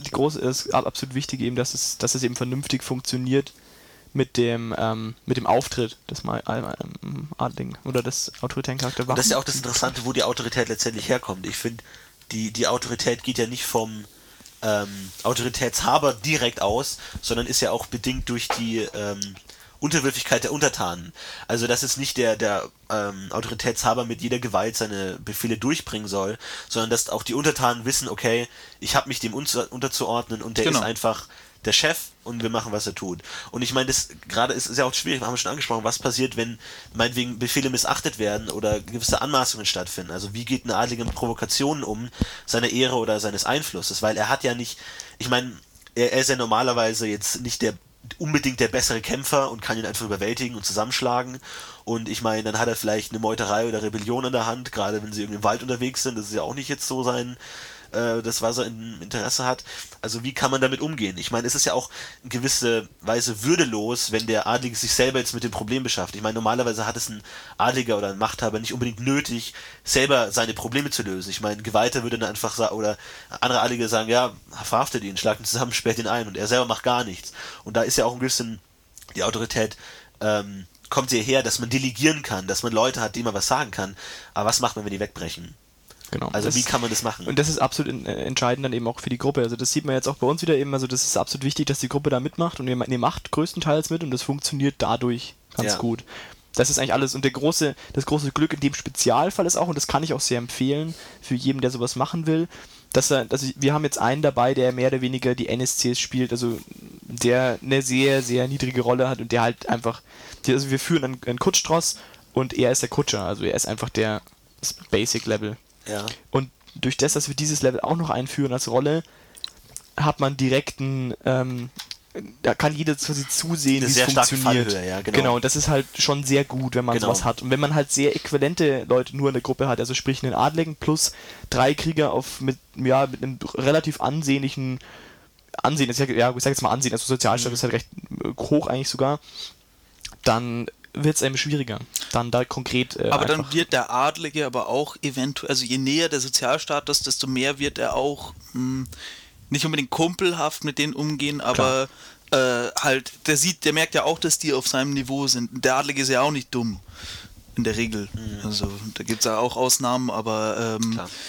absolut Wichtige eben, dass es eben vernünftig funktioniert mit dem Auftritt des Adligen oder des autoritären Charakters. Und das ist ja auch das Interessante, wo die Autorität letztendlich herkommt. Ich finde, die Autorität geht ja nicht vom Autoritätshaber direkt aus, sondern ist ja auch bedingt durch die Unterwürfigkeit der Untertanen. Also dass es nicht der Autoritätshaber mit jeder Gewalt seine Befehle durchbringen soll, sondern dass auch die Untertanen wissen, okay, ich habe mich dem unterzuordnen und der Genau. ist einfach der Chef und wir machen, was er tut. Und ich meine, das gerade ist ja auch schwierig, haben wir schon angesprochen, was passiert, wenn meinetwegen Befehle missachtet werden oder gewisse Anmaßungen stattfinden. Also wie geht ein Adliger mit Provokationen um, seiner Ehre oder seines Einflusses? Weil er hat ja nicht, ich meine, er ist ja normalerweise jetzt nicht unbedingt der bessere Kämpfer und kann ihn einfach überwältigen und zusammenschlagen. Und ich meine, dann hat er vielleicht eine Meuterei oder Rebellion an der Hand, gerade wenn sie irgendwie im Wald unterwegs sind. Das ist ja auch nicht jetzt so das, was er im Interesse hat. Also wie kann man damit umgehen? Ich meine, es ist ja auch in gewisser Weise würdelos, wenn der Adlige sich selber jetzt mit dem Problem beschäftigt. Ich meine, normalerweise hat es ein Adliger oder ein Machthaber nicht unbedingt nötig, selber seine Probleme zu lösen. Ich meine, ein Geweihter würde dann einfach sagen, oder andere Adlige sagen, ja, verhaftet ihn, schlagt ihn zusammen, sperrt ihn ein und er selber macht gar nichts. Und da ist ja auch ein bisschen die Autorität kommt sie her, dass man delegieren kann, dass man Leute hat, denen man was sagen kann. Aber was macht man, wenn die wegbrechen? Genau. Also wie kann man das machen? Und das ist absolut entscheidend dann eben auch für die Gruppe. Also das sieht man jetzt auch bei uns wieder eben, also das ist absolut wichtig, dass die Gruppe da mitmacht und ihr macht größtenteils mit und das funktioniert dadurch ganz Ja. gut. Das ist eigentlich alles. Und das große Glück in dem Spezialfall ist auch, und das kann ich auch sehr empfehlen, für jeden, der sowas machen will, wir haben jetzt einen dabei, der mehr oder weniger die NSCs spielt, also der eine sehr, sehr niedrige Rolle hat und der halt einfach, also wir führen einen Kutschtross und er ist der Kutscher, also er ist einfach das Basic-Level. Ja. Und durch das, dass wir dieses Level auch noch einführen als Rolle, hat man direkt da kann jeder quasi zusehen, wie es funktioniert. Fallhöhe, ja, genau, und das ist halt schon sehr gut, wenn man sowas hat. Und wenn man halt sehr äquivalente Leute nur in der Gruppe hat, also sprich einen Adligen plus 3 Krieger mit einem relativ ansehnlichen Ansehen, ich sag jetzt mal Ansehen, also Sozialstatus ist halt recht hoch eigentlich sogar, dann wird es einem schwieriger. Dann da konkret aber dann wird der Adlige aber auch eventuell, also je näher der Sozialstatus, desto mehr wird er auch nicht unbedingt kumpelhaft mit denen umgehen, aber halt, der merkt ja auch, dass die auf seinem Niveau sind. Der Adlige ist ja auch nicht dumm. In der Regel. Also da gibt es ja auch Ausnahmen, aber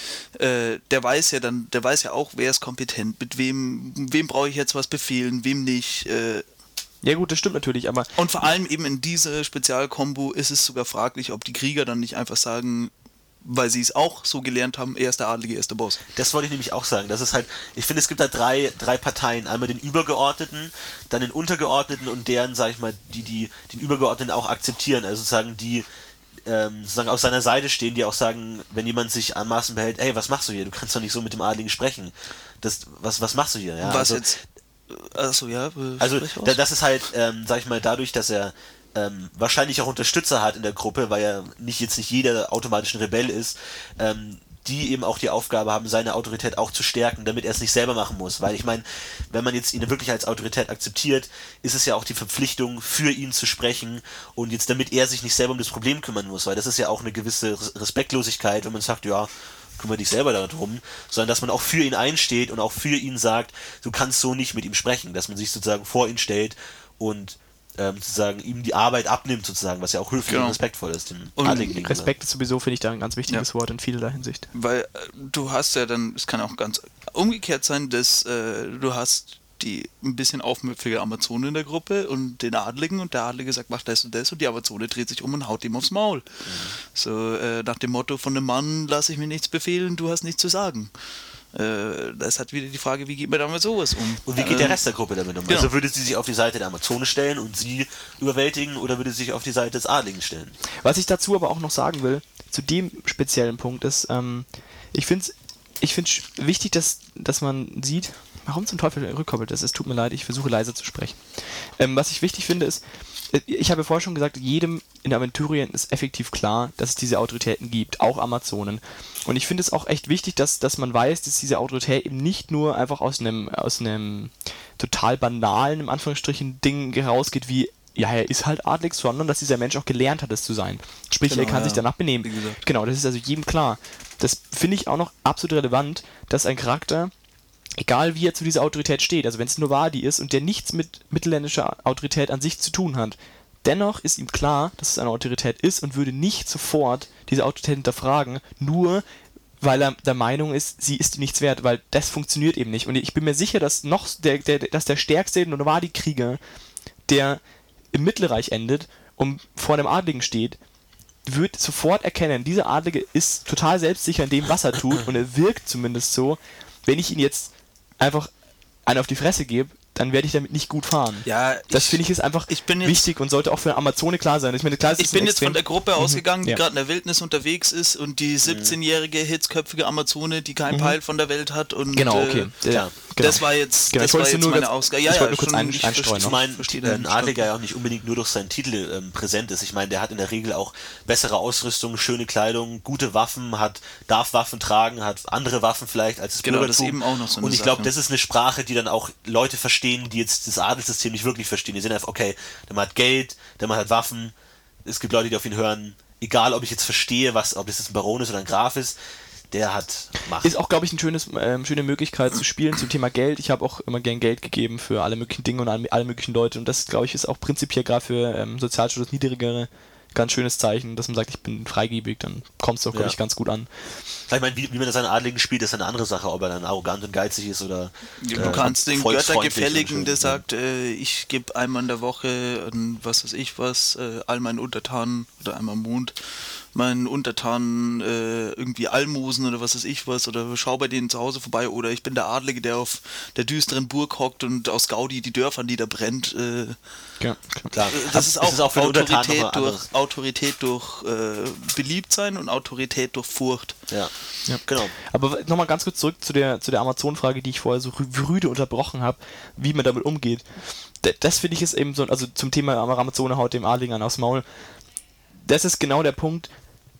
der weiß ja auch, wer ist kompetent, mit wem brauche ich jetzt was befehlen, wem nicht. Ja gut, das stimmt natürlich, aber... Und vor allem eben in dieser Spezialkombo ist es sogar fraglich, ob die Krieger dann nicht einfach sagen, weil sie es auch so gelernt haben, er ist der Adlige, er ist der Boss. Das wollte ich nämlich auch sagen. Das ist halt, ich finde, es gibt da drei Parteien. Einmal den Übergeordneten, dann den Untergeordneten und deren, sag ich mal, die den Übergeordneten auch akzeptieren. Also sozusagen die sozusagen auf seiner Seite stehen, die auch sagen, wenn jemand sich anmaßen behält, ey, was machst du hier? Du kannst doch nicht so mit dem Adligen sprechen. Was machst du hier? Ja, was also, jetzt? Achso, ja. Also das ist halt, sag ich mal, dadurch, dass er wahrscheinlich auch Unterstützer hat in der Gruppe, weil er nicht jeder automatisch ein Rebell ist, die eben auch die Aufgabe haben, seine Autorität auch zu stärken, damit er es nicht selber machen muss. Weil ich meine, wenn man jetzt ihn wirklich als Autorität akzeptiert, ist es ja auch die Verpflichtung, für ihn zu sprechen und jetzt damit er sich nicht selber um das Problem kümmern muss, weil das ist ja auch eine gewisse Respektlosigkeit, wenn man sagt, ja, kümmere dich selber darum, sondern dass man auch für ihn einsteht und auch für ihn sagt, du kannst so nicht mit ihm sprechen, dass man sich sozusagen vor ihn stellt und sozusagen ihm die Arbeit abnimmt sozusagen, was ja auch höflich und respektvoll ist. Respekt ist sowieso, finde ich, da ein ganz wichtiges Wort in vielerlei Hinsicht. Weil du hast ja dann, es kann auch ganz umgekehrt sein, dass du hast die ein bisschen aufmüpfige Amazone in der Gruppe und den Adligen und der Adlige sagt, mach das und die Amazone dreht sich um und haut ihm aufs Maul. So nach dem Motto, von einem Mann lasse ich mir nichts befehlen, du hast nichts zu sagen. Das ist halt wieder die Frage, wie geht man damit sowas um? Und wie geht der Rest der Gruppe damit um? Genau. Also würde sie sich auf die Seite der Amazone stellen und sie überwältigen oder würde sie sich auf die Seite des Adligen stellen? Was ich dazu aber auch noch sagen will, zu dem speziellen Punkt ist, ich finde es wichtig, dass man sieht, warum zum Teufel rückkoppelt das? Es tut mir leid, ich versuche leise zu sprechen. Was ich wichtig finde ist, ich habe ja vorher schon gesagt, jedem in Aventurien ist effektiv klar, dass es diese Autoritäten gibt, auch Amazonen. Und ich finde es auch echt wichtig, dass man weiß, dass diese Autorität eben nicht nur einfach aus einem total banalen, im Anführungsstrichen, Ding herausgeht, wie, ja, er ist halt adlig, sondern dass dieser Mensch auch gelernt hat, es zu sein. Sprich, er kann sich danach benehmen. Genau, das ist also jedem klar. Das finde ich auch noch absolut relevant, dass ein Charakter, egal wie er zu dieser Autorität steht, also wenn es nur Wadi ist und der nichts mit mittelländischer Autorität an sich zu tun hat, dennoch ist ihm klar, dass es eine Autorität ist und würde nicht sofort diese Autorität hinterfragen, nur weil er der Meinung ist, sie ist nichts wert, weil das funktioniert eben nicht. Und ich bin mir sicher, dass dass der stärkste Nonowadi-Krieger, der im Mittelreich endet und vor einem Adligen steht, wird sofort erkennen, dieser Adlige ist total selbstsicher in dem, was er tut und er wirkt zumindest so, wenn ich ihn jetzt einfach einen auf die Fresse gebe, dann werde ich damit nicht gut fahren. Ja, das finde ich ist einfach wichtig und sollte auch für eine Amazone klar sein. Ich meine, klar, ich bin jetzt von der Gruppe ausgegangen, die gerade in der Wildnis unterwegs ist und die 17-jährige, hitzköpfige Amazone, die keinen Peil von der Welt hat. Und, genau, okay. Das war jetzt, das war jetzt meine Ausgabe. Ich wollte nur kurz einstreuen. Ich meine, ein Adliger ja auch nicht unbedingt nur durch seinen Titel präsent ist. Ich meine, der hat in der Regel auch bessere Ausrüstung, schöne Kleidung, gute Waffen, darf Waffen tragen, hat andere Waffen vielleicht als das Bürgertum. Das ist eben auch noch so eine Und ich glaube, das ist eine Sprache, die dann auch Leute verstehen, die jetzt das Adelssystem nicht wirklich verstehen. Die sehen einfach, okay, der Mann hat Geld, der Mann hat Waffen. Es gibt Leute, die auf ihn hören, egal ob ich jetzt verstehe, ob das jetzt ein Baron ist oder ein Graf ist, der hat Macht. Ist auch, glaube ich, eine schöne Möglichkeit zu spielen zum Thema Geld. Ich habe auch immer gern Geld gegeben für alle möglichen Dinge und alle möglichen Leute und das, glaube ich, ist auch prinzipiell gerade für Sozialstatus niedrigere ganz schönes Zeichen, dass man sagt, ich bin freigebig, dann kommt es doch, glaube ich, ganz gut an. Ich meine, wie man seine Adligen spielt, ist eine andere Sache, ob er dann arrogant und geizig ist oder du kannst den volksfreundlich Göttergefälligen, der und sagt, ich gebe einmal in der Woche, was weiß ich was, all meinen Untertanen oder einmal im Monat meinen Untertanen irgendwie Almosen oder was weiß ich was, oder schau bei denen zu Hause vorbei, oder ich bin der Adlige, der auf der düsteren Burg hockt und aus Gaudi die Dörfer niederbrennt. Ja, klar. Das ist auch für den Untertanen Autorität durch Beliebtsein und Autorität durch Furcht. Ja, Ja. genau. Aber nochmal ganz kurz zurück zu der Amazon-Frage, die ich vorher so rüde unterbrochen habe, wie man damit umgeht. Das finde ich ist eben so, also zum Thema Amazone haut dem Adligen an aufs Maul. Das ist genau der Punkt,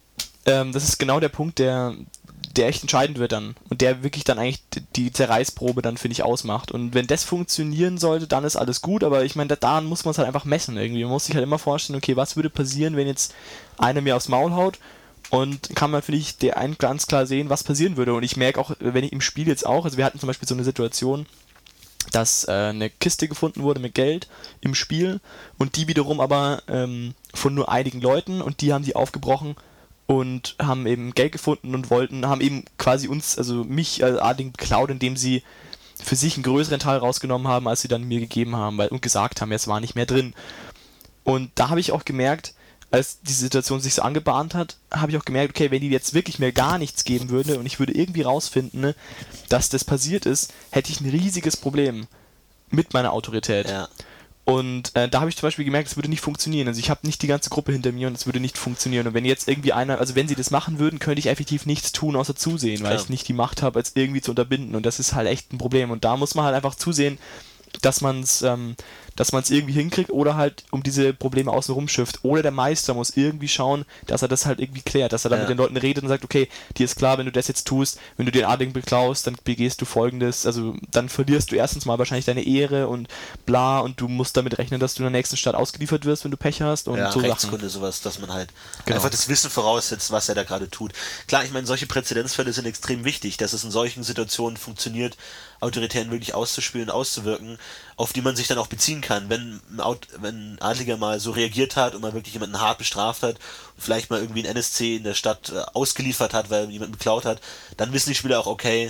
der echt entscheidend wird dann und der wirklich dann eigentlich die Zerreißprobe dann, finde ich, ausmacht. Und wenn das funktionieren sollte, dann ist alles gut, aber ich meine, daran muss man es halt einfach messen irgendwie. Man muss sich halt immer vorstellen, okay, was würde passieren, wenn jetzt einer mir aufs Maul haut, und kann man, finde ich, ganz klar sehen, was passieren würde. Und ich merke auch, wenn ich im Spiel jetzt auch, also wir hatten zum Beispiel so eine Situation, dass eine Kiste gefunden wurde mit Geld im Spiel und die wiederum aber von nur einigen Leuten, und die haben die aufgebrochen und haben eben Geld gefunden und haben eben quasi uns, also mich als Adligen beklaut, indem sie für sich einen größeren Teil rausgenommen haben, als sie dann mir gegeben haben, und gesagt haben, es war nicht mehr drin. Und da habe ich auch gemerkt, als die Situation sich so angebahnt hat, habe ich auch gemerkt, okay, wenn die jetzt wirklich mir gar nichts geben würde und ich würde irgendwie rausfinden, ne, dass das passiert ist, hätte ich ein riesiges Problem mit meiner Autorität. Ja. Und da habe ich zum Beispiel gemerkt, es würde nicht funktionieren. Also ich habe nicht die ganze Gruppe hinter mir und es würde nicht funktionieren. Und wenn jetzt irgendwie also wenn sie das machen würden, könnte ich effektiv nichts tun, außer zusehen, weil ich nicht die Macht habe, als irgendwie zu unterbinden. Und das ist halt echt ein Problem. Und da muss man halt einfach zusehen, dass man es irgendwie hinkriegt oder halt um diese Probleme außen rumschifft. Oder der Meister muss irgendwie schauen, dass er das halt irgendwie klärt, dass er dann mit den Leuten redet und sagt, okay, dir ist klar, wenn du das jetzt tust, wenn du den Adligen beklaust, dann begehst du Folgendes, also dann verlierst du erstens mal wahrscheinlich deine Ehre und bla, und du musst damit rechnen, dass du in der nächsten Stadt ausgeliefert wirst, wenn du Pech hast und so Rechtskunde, sowas, dass man halt einfach das Wissen voraussetzt, was er da gerade tut. Klar, ich meine, solche Präzedenzfälle sind extrem wichtig, dass es in solchen Situationen funktioniert, Autoritäten wirklich auszuspielen, auszuwirken, auf die man sich dann auch beziehen kann. Wenn ein Adliger mal so reagiert hat und man wirklich jemanden hart bestraft hat und vielleicht mal irgendwie ein NSC in der Stadt ausgeliefert hat, weil jemand beklaut hat, dann wissen die Spieler auch, okay,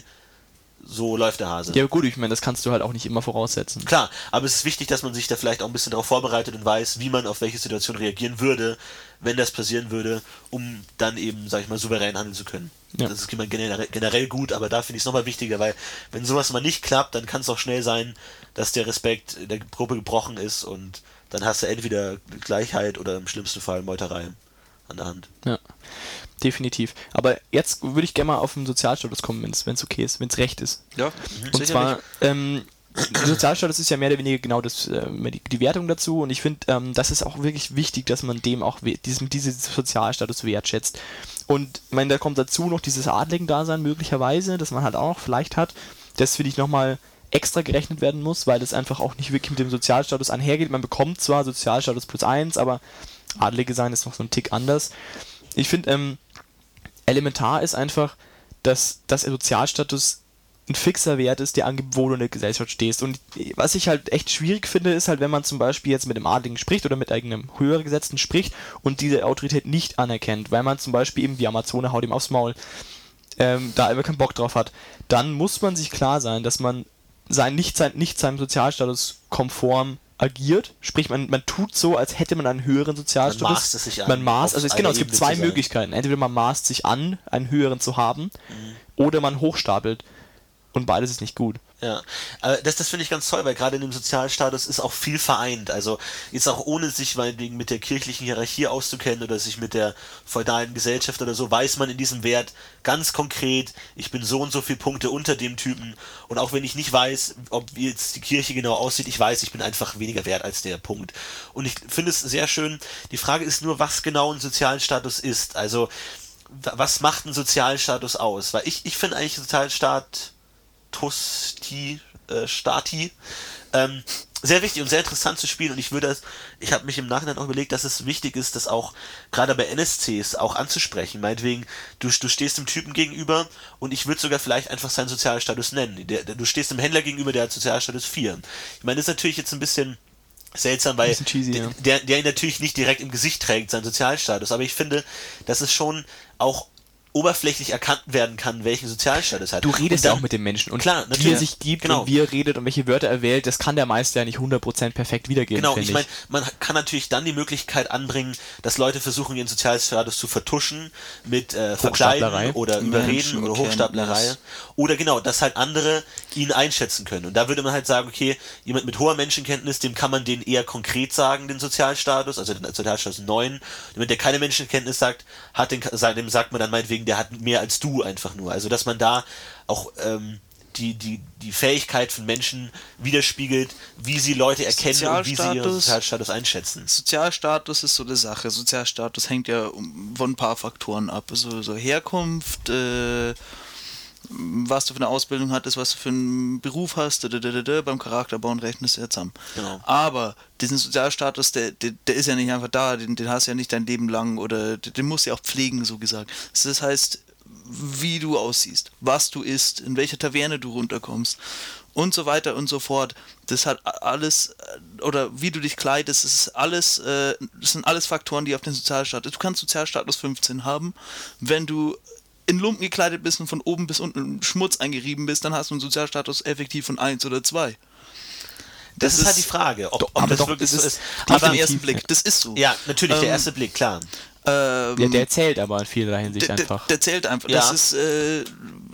so läuft der Hase. Ja gut, ich meine, das kannst du halt auch nicht immer voraussetzen. Klar, aber es ist wichtig, dass man sich da vielleicht auch ein bisschen darauf vorbereitet und weiß, wie man auf welche Situation reagieren würde, wenn das passieren würde, um dann eben, sag ich mal, souverän handeln zu können. Ja. Das ist generell gut, aber da finde ich es nochmal wichtiger, weil wenn sowas mal nicht klappt, dann kann es auch schnell sein, dass der Respekt der Gruppe gebrochen ist und dann hast du entweder Gleichheit oder im schlimmsten Fall Meuterei an der Hand. Ja, definitiv. Aber jetzt würde ich gerne mal auf den Sozialstatus kommen, wenn es okay ist, wenn es recht ist. Ja, und zwar, Sozialstatus ist ja mehr oder weniger genau die Wertung dazu, und ich finde, das ist auch wirklich wichtig, dass man dem auch diesen Sozialstatus wertschätzt. Und ich meine, da kommt dazu noch dieses Adligen-Dasein möglicherweise, das man halt auch noch vielleicht hat. Das finde ich nochmal extra gerechnet werden muss, weil das einfach auch nicht wirklich mit dem Sozialstatus einhergeht. Man bekommt zwar Sozialstatus +1, aber Adlige sein ist noch so ein Tick anders. Ich finde, elementar ist einfach, dass der Sozialstatus ein fixer Wert ist, der angibt, wo du in der Gesellschaft stehst. Und was ich halt echt schwierig finde, ist halt, wenn man zum Beispiel jetzt mit dem Adligen spricht oder mit einem höher Gesetzten spricht und diese Autorität nicht anerkennt, weil man zum Beispiel eben die Amazone haut ihm aufs Maul, da immer keinen Bock drauf hat, dann muss man sich klar sein, dass man nicht seinem Sozialstatus konform agiert, sprich man tut so, als hätte man einen höheren Sozialstatus. Man maßt es sich an. Es gibt zwei Möglichkeiten. Entweder man maßt sich an, einen höheren zu haben, oder man hochstapelt. Und beides ist nicht gut. Ja, das finde ich ganz toll, weil gerade in dem Sozialstatus ist auch viel vereint. Also jetzt auch ohne sich meinetwegen mit der kirchlichen Hierarchie auszukennen oder sich mit der feudalen Gesellschaft oder so, weiß man in diesem Wert ganz konkret, ich bin so und so viele Punkte unter dem Typen. Und auch wenn ich nicht weiß, ob jetzt die Kirche genau aussieht, ich weiß, ich bin einfach weniger wert als der Punkt. Und ich finde es sehr schön, die Frage ist nur, was genau ein Sozialstatus ist. Also was macht ein Sozialstatus aus? Weil ich finde eigentlich Stati sehr wichtig und sehr interessant zu spielen, und ich habe mich im Nachhinein auch überlegt, dass es wichtig ist, das auch gerade bei NSCs auch anzusprechen. Meinetwegen, du stehst dem Typen gegenüber und ich würde sogar vielleicht einfach seinen Sozialstatus nennen. Du stehst dem Händler gegenüber, der hat Sozialstatus 4. Ich meine, das ist natürlich jetzt ein bisschen seltsam, weil Bisschen cheesy, ja. der ihn natürlich nicht direkt im Gesicht trägt, seinen Sozialstatus, aber ich finde, dass es schon auch oberflächlich erkannt werden kann, welchen Sozialstatus er hat. Du redest Und ja dann- auch mit dem Menschen und Klar, wie natürlich. er sich gibt Genau. und wie er redet und welche Wörter er wählt, das kann der Meister ja nicht 100% perfekt wiedergeben, Genau, finde ich meine, man kann natürlich dann die Möglichkeit anbringen, dass Leute versuchen, ihren Sozialstatus zu vertuschen mit Hochstaplerei. Verkleiden oder Überreden oder Hochstaplerei. Oder genau, dass halt andere ihn einschätzen können. Und da würde man halt sagen, okay, jemand mit hoher Menschenkenntnis, dem kann man den eher konkret sagen, den Sozialstatus, also den Sozialstatus 9. Jemand, der keine Menschenkenntnis sagt, dem sagt man dann meinetwegen, der hat mehr als du einfach nur. Also dass man da auch die Fähigkeit von Menschen widerspiegelt, wie sie Leute erkennen und wie sie ihren Sozialstatus einschätzen. Sozialstatus ist so eine Sache. Sozialstatus hängt ja von ein paar Faktoren ab. So Herkunft, was du für eine Ausbildung hattest, was du für einen Beruf hast, beim Charakterbauen rechnest du ja zusammen. Genau. Aber diesen Sozialstatus, der ist ja nicht einfach da, den hast du ja nicht dein Leben lang oder den musst du ja auch pflegen, so gesagt. Das heißt, wie du aussiehst, was du isst, in welcher Taverne du runterkommst und so weiter und so fort. Das hat alles, oder wie du dich kleidest, das ist alles, das sind alles Faktoren, die auf den Sozialstatus. Du kannst Sozialstatus 15 haben, wenn du in Lumpen gekleidet bist und von oben bis unten in Schmutz eingerieben bist, dann hast du einen Sozialstatus effektiv von 1 oder 2. Das ist halt die Frage, ob aber das doch, wirklich das so ist ist. Auf den Aber ersten Blick, das ist so. ja, natürlich, der erste Blick, klar. der zählt aber in vielerlei Hinsicht einfach. Der zählt einfach. Ja. Das ist,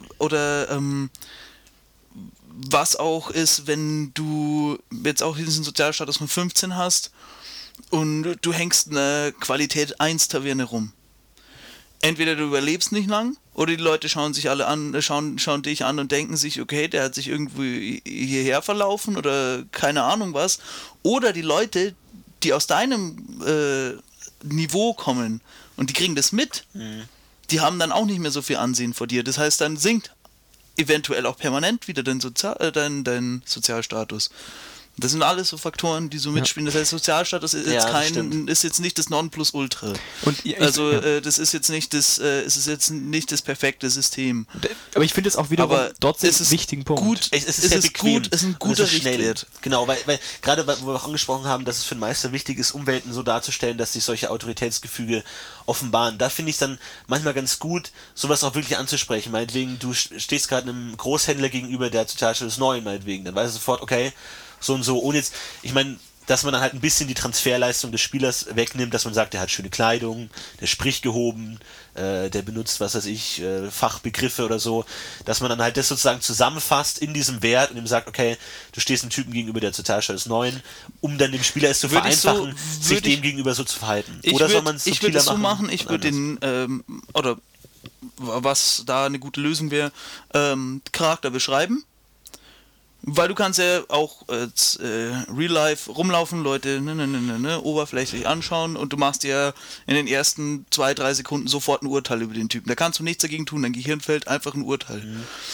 was auch ist, wenn du jetzt auch diesen Sozialstatus von 15 hast und du hängst eine Qualität 1 Taverne rum. Entweder du überlebst nicht lang, oder die Leute schauen sich alle an, schauen dich an und denken sich, okay, der hat sich irgendwie hierher verlaufen oder keine Ahnung was. Oder die Leute, die aus deinem Niveau kommen und die kriegen das mit, die haben dann auch nicht mehr so viel Ansehen vor dir. Das heißt, dann sinkt eventuell auch permanent wieder dein Sozialstatus. Das sind alles so Faktoren, die so mitspielen. Das heißt, Sozialstatus ist jetzt ist jetzt nicht das Nonplusultra. Und das ist jetzt nicht es ist jetzt nicht das perfekte System. aber ich finde es auch wiederum Aber trotzdem es ist einen wichtigen Punkt. gut, Es ist es sehr ist bequem. gut, es ist ein Und guter es ist schnell. Richtwert. Genau, weil gerade wo wir auch angesprochen haben, dass es für den Meister wichtig ist, Umwelten so darzustellen, dass sich solche Autoritätsgefüge offenbaren. Da finde ich es dann manchmal ganz gut, sowas auch wirklich anzusprechen. Meinetwegen, du stehst gerade einem Großhändler gegenüber, der Sozialstatus 9, meinetwegen. Dann weißt du sofort, okay, so und so. Ohne jetzt, ich meine, dass man dann halt ein bisschen die Transferleistung des Spielers wegnimmt, dass man sagt, der hat schöne Kleidung, der spricht gehoben, der benutzt, was weiß ich, Fachbegriffe oder so, dass man dann halt das sozusagen zusammenfasst in diesem Wert und ihm sagt, okay, du stehst einem Typen gegenüber, der Sozialstatus 9, um dann dem Spieler es zu vereinfachen, sich dem gegenüber so zu verhalten. Oder soll man es Ich würde es so machen, und ich würde den, oder was da eine gute Lösung wäre, Charakter beschreiben. Weil du kannst ja auch Real Life rumlaufen, Leute oberflächlich anschauen und du machst dir in den ersten 2-3 Sekunden sofort ein Urteil über den Typen. Da kannst du nichts dagegen tun, dein Gehirn fällt einfach ein Urteil.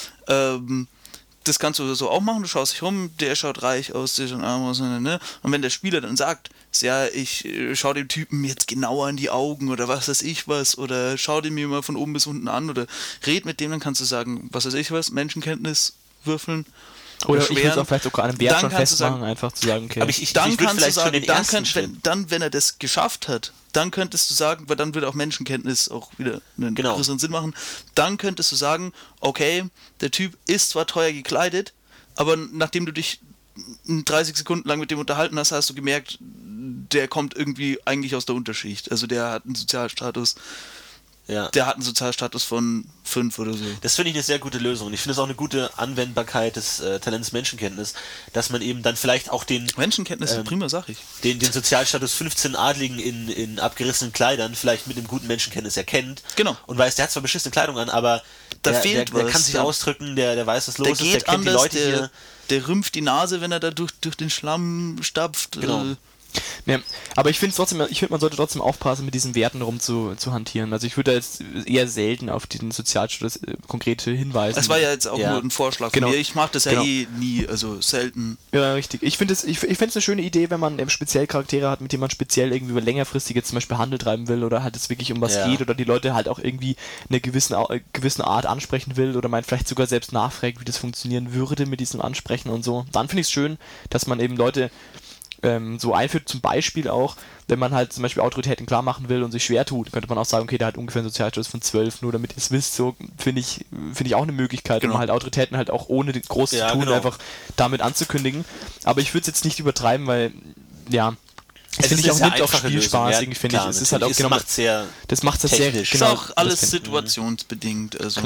Das kannst du so auch machen, du schaust dich rum, der schaut reich aus, der schaut arm aus, und wenn der Spieler dann sagt, ja, ich schau dem Typen jetzt genauer in die Augen oder was weiß ich was, oder schau den mir mal von oben bis unten an oder red mit dem, dann kannst du sagen, was weiß ich was, Menschenkenntnis würfeln. Oder ich würde es auch vielleicht sogar an einem Wert schon festmachen, sagen, einfach zu sagen, okay. Aber ich dann würde kannst du vielleicht schon sagen, den ersten Schritt. wenn er das geschafft hat, dann könntest du sagen, weil dann würde auch Menschenkenntnis auch wieder einen größeren Sinn machen, dann könntest du sagen, okay, der Typ ist zwar teuer gekleidet, aber nachdem du dich 30 Sekunden lang mit dem unterhalten hast, hast du gemerkt, der kommt irgendwie eigentlich aus der Unterschicht. Also der hat einen Sozialstatus. Ja. Der hat einen Sozialstatus von 5 oder so. Das finde ich eine sehr gute Lösung. Und ich finde es auch eine gute Anwendbarkeit des Talents Menschenkenntnis, dass man eben dann vielleicht auch den Menschenkenntnis ist prima, sag ich. Den Sozialstatus 15 Adligen in abgerissenen Kleidern vielleicht mit einem guten Menschenkenntnis erkennt. Genau. Und weiß, der hat zwar beschissene Kleidung an, aber da der fehlt der was. kann sich ausdrücken, der weiß, was los Der ist, geht der kennt anders, die Leute hier. der rümpft die Nase, wenn er da durch den Schlamm stapft. Genau. Ja, aber ich finde trotzdem, man sollte trotzdem aufpassen, mit diesen Werten rum zu hantieren. Also ich würde da jetzt eher selten auf den Sozialstatus konkrete hinweisen. Das war ja jetzt auch nur ein Vorschlag von mir. Ich mache das ja nie, also selten. Ja, richtig. Ich finde es eine schöne Idee, wenn man speziell Charaktere hat, mit denen man speziell irgendwie über längerfristige zum Beispiel Handel treiben will oder halt es wirklich um was geht oder die Leute halt auch irgendwie eine gewisse Art ansprechen will oder man vielleicht sogar selbst nachfragt, wie das funktionieren würde mit diesem Ansprechen und so. Dann finde ich es schön, dass man eben Leute so einführt, zum Beispiel auch, wenn man halt zum Beispiel Autoritäten klar machen will und sich schwer tut, könnte man auch sagen, okay, der hat ungefähr einen Sozialstatus von 12, nur damit ihr es wisst, so finde ich auch eine Möglichkeit, um halt Autoritäten halt auch ohne groß zu tun, einfach damit anzukündigen. Aber ich würde es jetzt nicht übertreiben, weil, ja, das finde ich auch nicht auf Spielspaß, irgendwie finde ich. Es ist halt auch genau, das macht es sehr technisch. Genau, ist auch alles situationsbedingt, also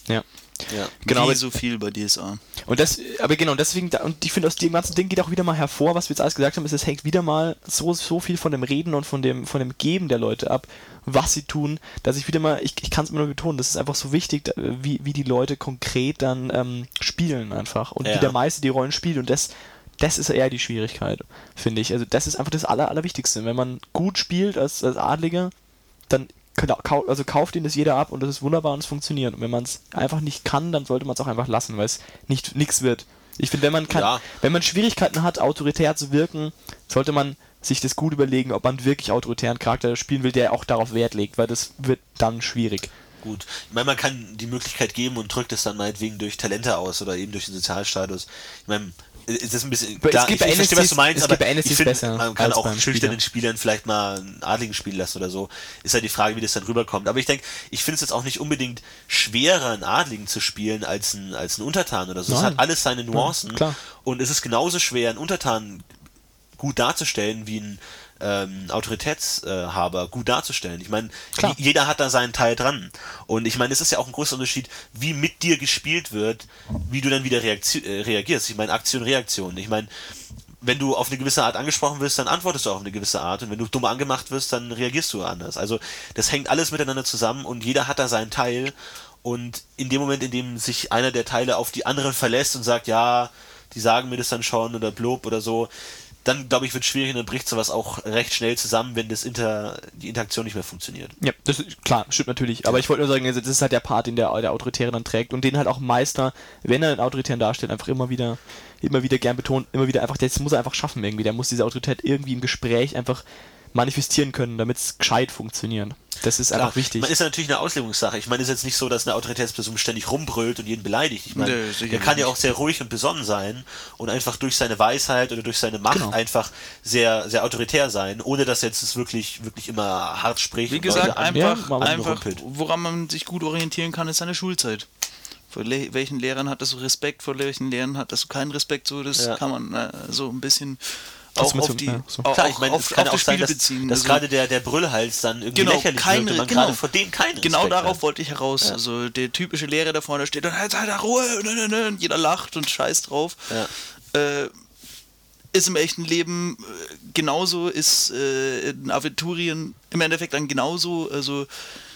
genau, wie so viel bei DSA. Und deswegen, und ich finde, aus dem ganzen Ding geht auch wieder mal hervor, was wir jetzt alles gesagt haben, ist, es hängt wieder mal so viel von dem Reden und von dem Geben der Leute ab, was sie tun, dass ich wieder mal, ich kann es immer nur betonen, das ist einfach so wichtig, wie die Leute konkret dann spielen einfach und wie der Meister die Rollen spielt, und das ist eher die Schwierigkeit, finde ich. Also das ist einfach das Allerwichtigste. Wenn man gut spielt als Adliger, dann kauft ihn das jeder ab und das ist wunderbar und es funktioniert. Und wenn man es einfach nicht kann, dann sollte man es auch einfach lassen, weil es nichts wird. Ich finde, wenn man Schwierigkeiten hat, autoritär zu wirken, sollte man sich das gut überlegen, ob man wirklich autoritären Charakter spielen will, der auch darauf Wert legt, weil das wird dann schwierig. Gut. Ich meine, man kann die Möglichkeit geben und drückt es dann meinetwegen durch Talente aus oder eben durch den Sozialstatus. Ich meine, es ist ein bisschen klar, ich verstehe, was du meinst, aber ich finde, man kann auch schüchternen Spielern vielleicht mal einen Adligen spielen lassen oder so. Ist halt die Frage, wie das dann rüberkommt. Aber ich denke, ich finde es jetzt auch nicht unbedingt schwerer, einen Adligen zu spielen als einen Untertan oder so. Es hat alles seine Nuancen. Ja, und es ist genauso schwer, einen Untertan gut darzustellen wie einen Autoritätshaber gut darzustellen. Ich meine, jeder hat da seinen Teil dran. Und ich meine, es ist ja auch ein großer Unterschied, wie mit dir gespielt wird, wie du dann wieder reagierst. Ich meine, Aktion, Reaktion. Ich meine, wenn du auf eine gewisse Art angesprochen wirst, dann antwortest du auf eine gewisse Art. Und wenn du dumm angemacht wirst, dann reagierst du anders. Also das hängt alles miteinander zusammen und jeder hat da seinen Teil. Und in dem Moment, in dem sich einer der Teile auf die anderen verlässt und sagt, ja, die sagen mir das dann schon oder blub oder so, dann, glaube ich, wird es schwierig und dann bricht sowas auch recht schnell zusammen, wenn die Interaktion nicht mehr funktioniert. Ja, das ist klar, stimmt natürlich. Aber ich wollte nur sagen, das ist halt der Part, den der Autoritäre dann trägt und den halt auch Meister, wenn er einen Autoritären darstellt, einfach immer wieder gern betont, immer wieder einfach, das muss er einfach schaffen irgendwie. Der muss diese Autorität irgendwie im Gespräch einfach manifestieren können, damit es gescheit funktioniert. Das ist einfach wichtig. Man ist ja natürlich eine Auslegungssache. Ich meine, es ist jetzt nicht so, dass eine Autoritätsperson ständig rumbrüllt und jeden beleidigt. Ich meine, der kann ja auch sehr ruhig und besonnen sein und einfach durch seine Weisheit oder durch seine Macht einfach sehr, sehr autoritär sein, ohne dass jetzt es wirklich immer hart spricht. Wie gesagt, einfach woran man sich gut orientieren kann, ist seine Schulzeit. Vor welchen Lehrern hattest du Respekt, vor welchen Lehrern hattest du keinen Respekt, so das kann man so ein bisschen auch auf die Klar, ich meine, es kann auch sein, dass gerade der Brüllhals dann irgendwie lächerlich wird und man gerade vor dem keinen Genau Respekt darauf hat. wollte ich heraus. Ja. Also der typische Lehrer da vorne steht und halt Ruhe, und jeder lacht und scheißt drauf. Ja. Ist im echten Leben genauso, ist in Aventurien im Endeffekt dann genauso, also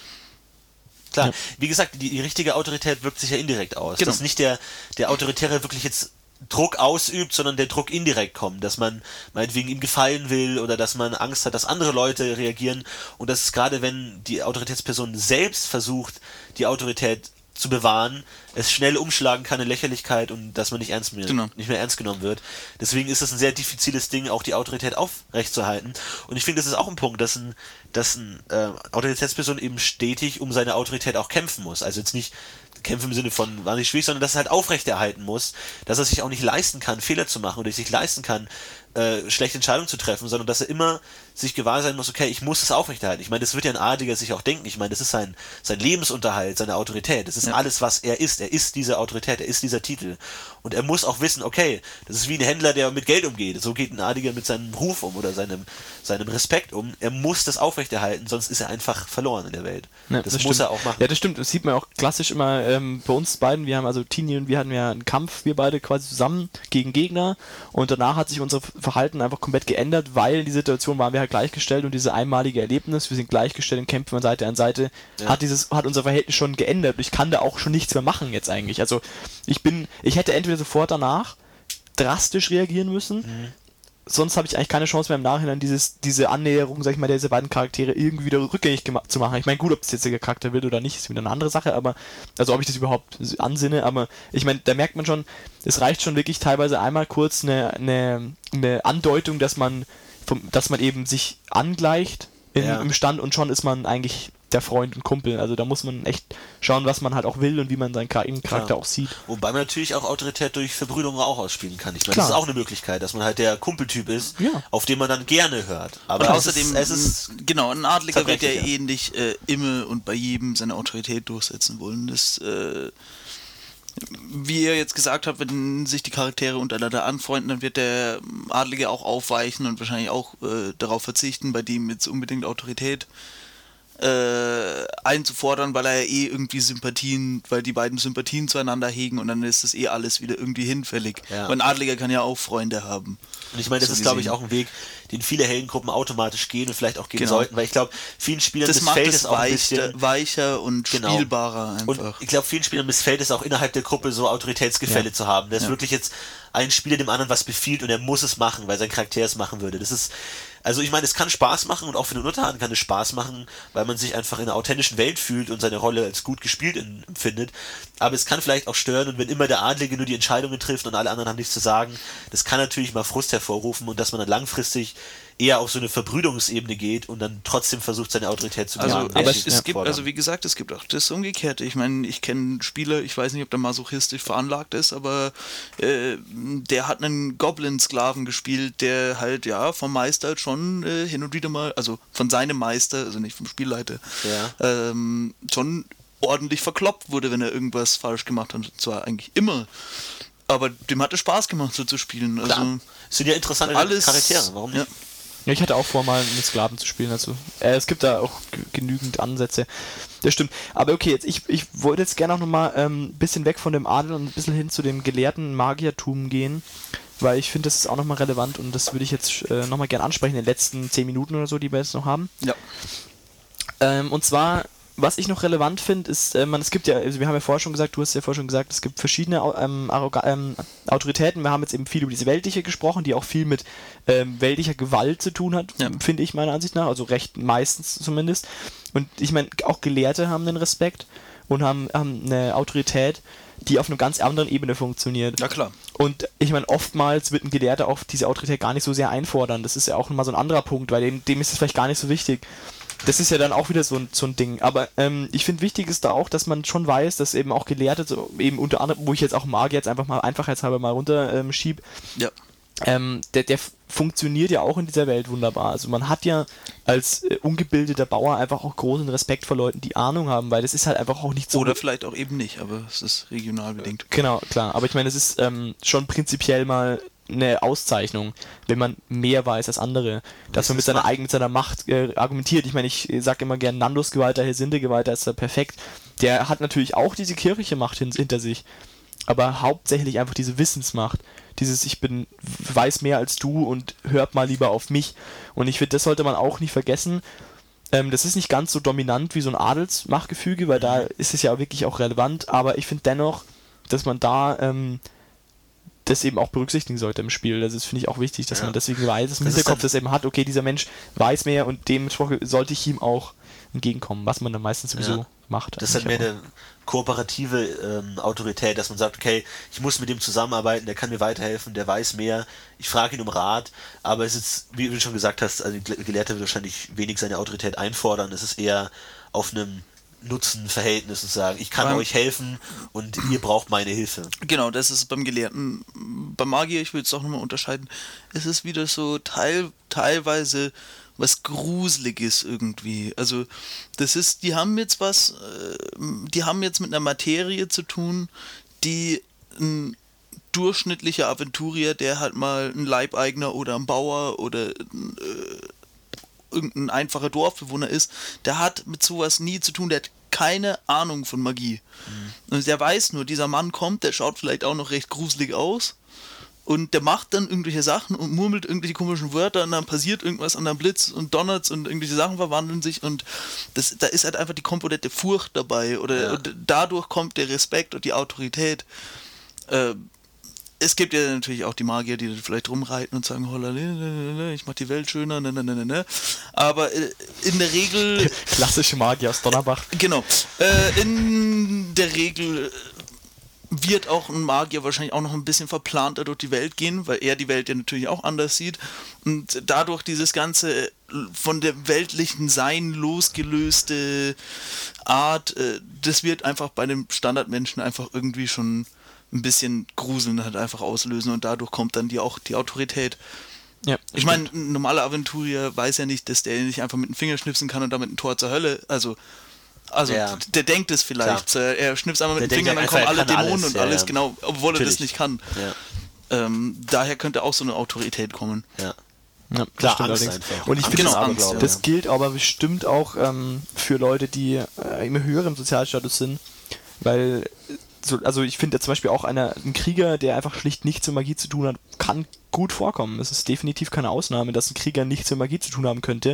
klar, wie gesagt, die richtige Autorität wirkt sich ja indirekt aus. Dass nicht der Autoritäre wirklich jetzt Druck ausübt, sondern der Druck indirekt kommt, dass man meinetwegen ihm gefallen will oder dass man Angst hat, dass andere Leute reagieren, und das ist gerade, wenn die Autoritätsperson selbst versucht, die Autorität zu bewahren, es schnell umschlagen kann in Lächerlichkeit und dass man nicht mehr ernst genommen wird. Deswegen ist es ein sehr diffiziles Ding, auch die Autorität aufrechtzuerhalten. Und ich finde, das ist auch ein Punkt, dass eine Autoritätsperson eben stetig um seine Autorität auch kämpfen muss. Also jetzt nicht kämpfen im Sinne von wahnsinnig schwierig, sondern dass er halt aufrechterhalten muss, dass er sich auch nicht leisten kann, Fehler zu machen oder sich leisten kann, schlechte Entscheidungen zu treffen, sondern dass er immer sich gewahr sein muss, okay, ich muss es aufrechterhalten. Ich meine, das wird ja ein Adliger sich auch denken. Ich meine, das ist sein Lebensunterhalt, seine Autorität. Das ist alles, was er ist. Er ist diese Autorität, er ist dieser Titel. Und er muss auch wissen, okay, das ist wie ein Händler, der mit Geld umgeht. So geht ein Adliger mit seinem Ruf um oder seinem Respekt um. Er muss das aufrechterhalten, sonst ist er einfach verloren in der Welt. Ja, das muss er auch machen. Ja, das stimmt. Das sieht man auch klassisch immer bei uns beiden. Wir haben also Tini und wir hatten ja einen Kampf, wir beide quasi zusammen gegen Gegner, und danach hat sich unser Verhalten einfach komplett geändert, weil in die Situation waren wir halt gleichgestellt, und dieses einmalige Erlebnis, wir sind gleichgestellt und kämpfen von Seite an Seite, hat unser Verhältnis schon geändert. Ich kann da auch schon nichts mehr machen jetzt eigentlich. Also ich hätte entweder sofort danach drastisch reagieren müssen, sonst habe ich eigentlich keine Chance mehr im Nachhinein diese Annäherung, sag ich mal, dieser beiden Charaktere irgendwie wieder rückgängig zu machen. Ich meine, gut, ob es jetzt der Charakter will oder nicht, ist wieder eine andere Sache, aber, also ob ich das überhaupt ansinne, aber ich meine, da merkt man schon, es reicht schon wirklich teilweise einmal kurz eine Andeutung, dass man eben sich angleicht im Stand, und schon ist man eigentlich der Freund und Kumpel. Also da muss man echt schauen, was man halt auch will und wie man seinen Charakter auch sieht. Wobei man natürlich auch Autorität durch Verbrüderung auch ausspielen kann. Ich meine, Klar. das ist auch eine Möglichkeit, dass man halt der Kumpeltyp ist, Ja. auf den man dann gerne hört. Aber Und es außerdem, ist genau, ein Adliger wird ja zerbrechlicher. nicht immer und bei jedem seine Autorität durchsetzen wollen. Das, wie ihr jetzt gesagt habt, wenn sich die Charaktere untereinander anfreunden, dann wird der Adlige auch aufweichen und wahrscheinlich auch darauf verzichten, bei dem jetzt unbedingt Autorität einzufordern, weil er irgendwie weil die beiden Sympathien zueinander hegen und dann ist das alles wieder irgendwie hinfällig. Ja. Weil ein Adliger kann ja auch Freunde haben. Und ich meine, das So ist, glaube ich, gesehen. auch ein Weg, den viele Heldengruppen automatisch gehen und vielleicht auch gehen Genau. sollten, weil ich glaube, vielen Spielern Das macht missfällt es es auch ein bisschen. weicher und Genau. spielbarer Und einfach. ich glaube, vielen Spielern missfällt es auch innerhalb der Gruppe so Autoritätsgefälle Ja. zu haben. Dass Ja. wirklich jetzt ein Spieler dem anderen was befiehlt und er muss es machen, weil sein Charakter es machen würde. Das ist, also ich meine, es kann Spaß machen und auch für den Unterhand kann es Spaß machen, weil man sich einfach in einer authentischen Welt fühlt und seine Rolle als gut gespielt empfindet. Aber es kann vielleicht auch stören und wenn immer der Adlige nur die Entscheidungen trifft und alle anderen haben nichts zu sagen, das kann natürlich mal Frust hervorrufen und dass man dann langfristig eher auf so eine Verbrüderungsebene geht und dann trotzdem versucht, seine Autorität zu Also, gewinnen. aber Mächtig es gibt, fordern. also wie gesagt, es gibt auch das Umgekehrte. Ich meine, ich kenne Spieler, ich weiß nicht, ob der masochistisch veranlagt ist, aber der hat einen Goblin-Sklaven gespielt, der halt, ja, vom Meister halt schon hin und wieder mal, also von seinem Meister, also nicht vom Spielleiter, schon ordentlich verkloppt wurde, wenn er irgendwas falsch gemacht hat. Und zwar eigentlich immer. Aber dem hat es Spaß gemacht, so zu spielen. Also, Klar. Es sind ja interessante alles Charaktere, warum nicht? Ja. Ja, ich hatte auch vor, mal mit Sklaven zu spielen. Also, es gibt da auch genügend Ansätze. Das stimmt. Aber okay, jetzt ich wollte jetzt gerne auch nochmal ein bisschen weg von dem Adel und ein bisschen hin zu dem gelehrten Magiertum gehen, weil ich finde, das ist auch nochmal relevant und das würde ich jetzt nochmal gerne ansprechen in den letzten 10 Minuten oder so, die wir jetzt noch haben. Ja. Und zwar, was ich noch relevant finde, ist, es gibt ja, also wir haben ja vorher schon gesagt, du hast ja vorher schon gesagt, es gibt verschiedene Autoritäten. Wir haben jetzt eben viel über diese weltliche gesprochen, die auch viel mit weltlicher Gewalt zu tun hat, Ja. finde ich meiner Ansicht nach, also recht meistens zumindest. Und ich meine, auch Gelehrte haben den Respekt und haben eine Autorität, die auf einer ganz anderen Ebene funktioniert. Ja, klar. Und ich meine, oftmals wird ein Gelehrter auch diese Autorität gar nicht so sehr einfordern. Das ist ja auch nochmal so ein anderer Punkt, weil dem ist es vielleicht gar nicht so wichtig. Das ist ja dann auch wieder so ein Ding. Aber ich finde, wichtig ist da auch, dass man schon weiß, dass eben auch Gelehrte, so eben unter anderem, wo ich jetzt auch Magier jetzt einfach mal einfachheitshalber mal runter schieb, Ja. der funktioniert ja auch in dieser Welt wunderbar. Also man hat ja als ungebildeter Bauer einfach auch großen Respekt vor Leuten, die Ahnung haben, weil das ist halt einfach auch nicht so... Oder vielleicht auch eben nicht, aber es ist regional bedingt. Genau, klar. Aber ich meine, es ist schon prinzipiell mal eine Auszeichnung, wenn man mehr weiß als andere, dass man mit seiner Macht argumentiert. Ich meine, ich sage immer gern, Nandos Geweihter, Hesinde Geweihter ist da perfekt. Der hat natürlich auch diese kirchliche Macht hinter sich, aber hauptsächlich einfach diese Wissensmacht. Dieses, weiß mehr als du und hört mal lieber auf mich. Und ich finde, das sollte man auch nicht vergessen. Das ist nicht ganz so dominant wie so ein Adelsmachtgefüge, weil da ist es ja wirklich auch relevant, aber ich finde dennoch, dass man da das eben auch berücksichtigen sollte im Spiel. Das ist, finde ich, auch wichtig, dass man deswegen weiß, dass im Hinterkopf das eben hat, okay, dieser Mensch weiß mehr und dementsprechend sollte ich ihm auch entgegenkommen, was man dann meistens sowieso macht. Das ist halt mehr eine kooperative Autorität, dass man sagt, okay, ich muss mit dem zusammenarbeiten, der kann mir weiterhelfen, der weiß mehr, ich frage ihn um Rat, aber es ist, wie du schon gesagt hast, also die Gelehrte wird wahrscheinlich wenig seine Autorität einfordern, es ist eher auf einem Nutzenverhältnis und sagen, ich kann euch helfen und ihr braucht meine Hilfe. Genau, das ist beim Gelehrten. Beim Magier, ich will es auch nochmal unterscheiden, es ist wieder so teilweise was Gruseliges irgendwie. Also das ist, die haben jetzt mit einer Materie zu tun, die ein durchschnittlicher Aventurier, der halt mal ein Leibeigner oder ein Bauer oder irgendein einfacher Dorfbewohner ist, der hat mit sowas nie zu tun, der hat keine Ahnung von Magie. Und der weiß nur, dieser Mann kommt, der schaut vielleicht auch noch recht gruselig aus und der macht dann irgendwelche Sachen und murmelt irgendwelche komischen Wörter und dann passiert irgendwas und dann blitzt und donnert's und irgendwelche Sachen verwandeln sich und da ist halt einfach die Komponente Furcht dabei und dadurch kommt der Respekt und die Autorität. Es gibt ja natürlich auch die Magier, die vielleicht rumreiten und sagen, holla, ich mach die Welt schöner, aber in der Regel... Klassische Magier aus Donnerbach. Genau. In der Regel wird auch ein Magier wahrscheinlich auch noch ein bisschen verplanter durch die Welt gehen, weil er die Welt ja natürlich auch anders sieht und dadurch dieses ganze von dem weltlichen Sein losgelöste Art, das wird einfach bei dem Standardmenschen einfach irgendwie schon ein bisschen Gruseln halt einfach auslösen und dadurch kommt dann die Autorität. Ja, ich meine, ein normaler Aventurier weiß ja nicht, dass der nicht einfach mit dem Finger schnipsen kann und damit ein Tor zur Hölle, also ja. Der denkt es vielleicht. Klar. Er schnipst einmal mit Der dem Finger, dann denkt kommen einfach, alle er kann Dämonen alles. und alles, Ja. genau, obwohl er das Natürlich. nicht kann. Ja. Daher könnte auch so eine Autorität kommen. Ja. Ja, Klar, stimmt Angst allerdings. einfach. Und ich finde, Genau, das, Angst, das ja. gilt aber bestimmt auch für Leute, die im höheren Sozialstatus sind, weil also ich finde zum Beispiel auch ein Krieger, der einfach schlicht nichts mit Magie zu tun hat, kann gut vorkommen. Es ist definitiv keine Ausnahme, dass ein Krieger nichts mit Magie zu tun haben könnte.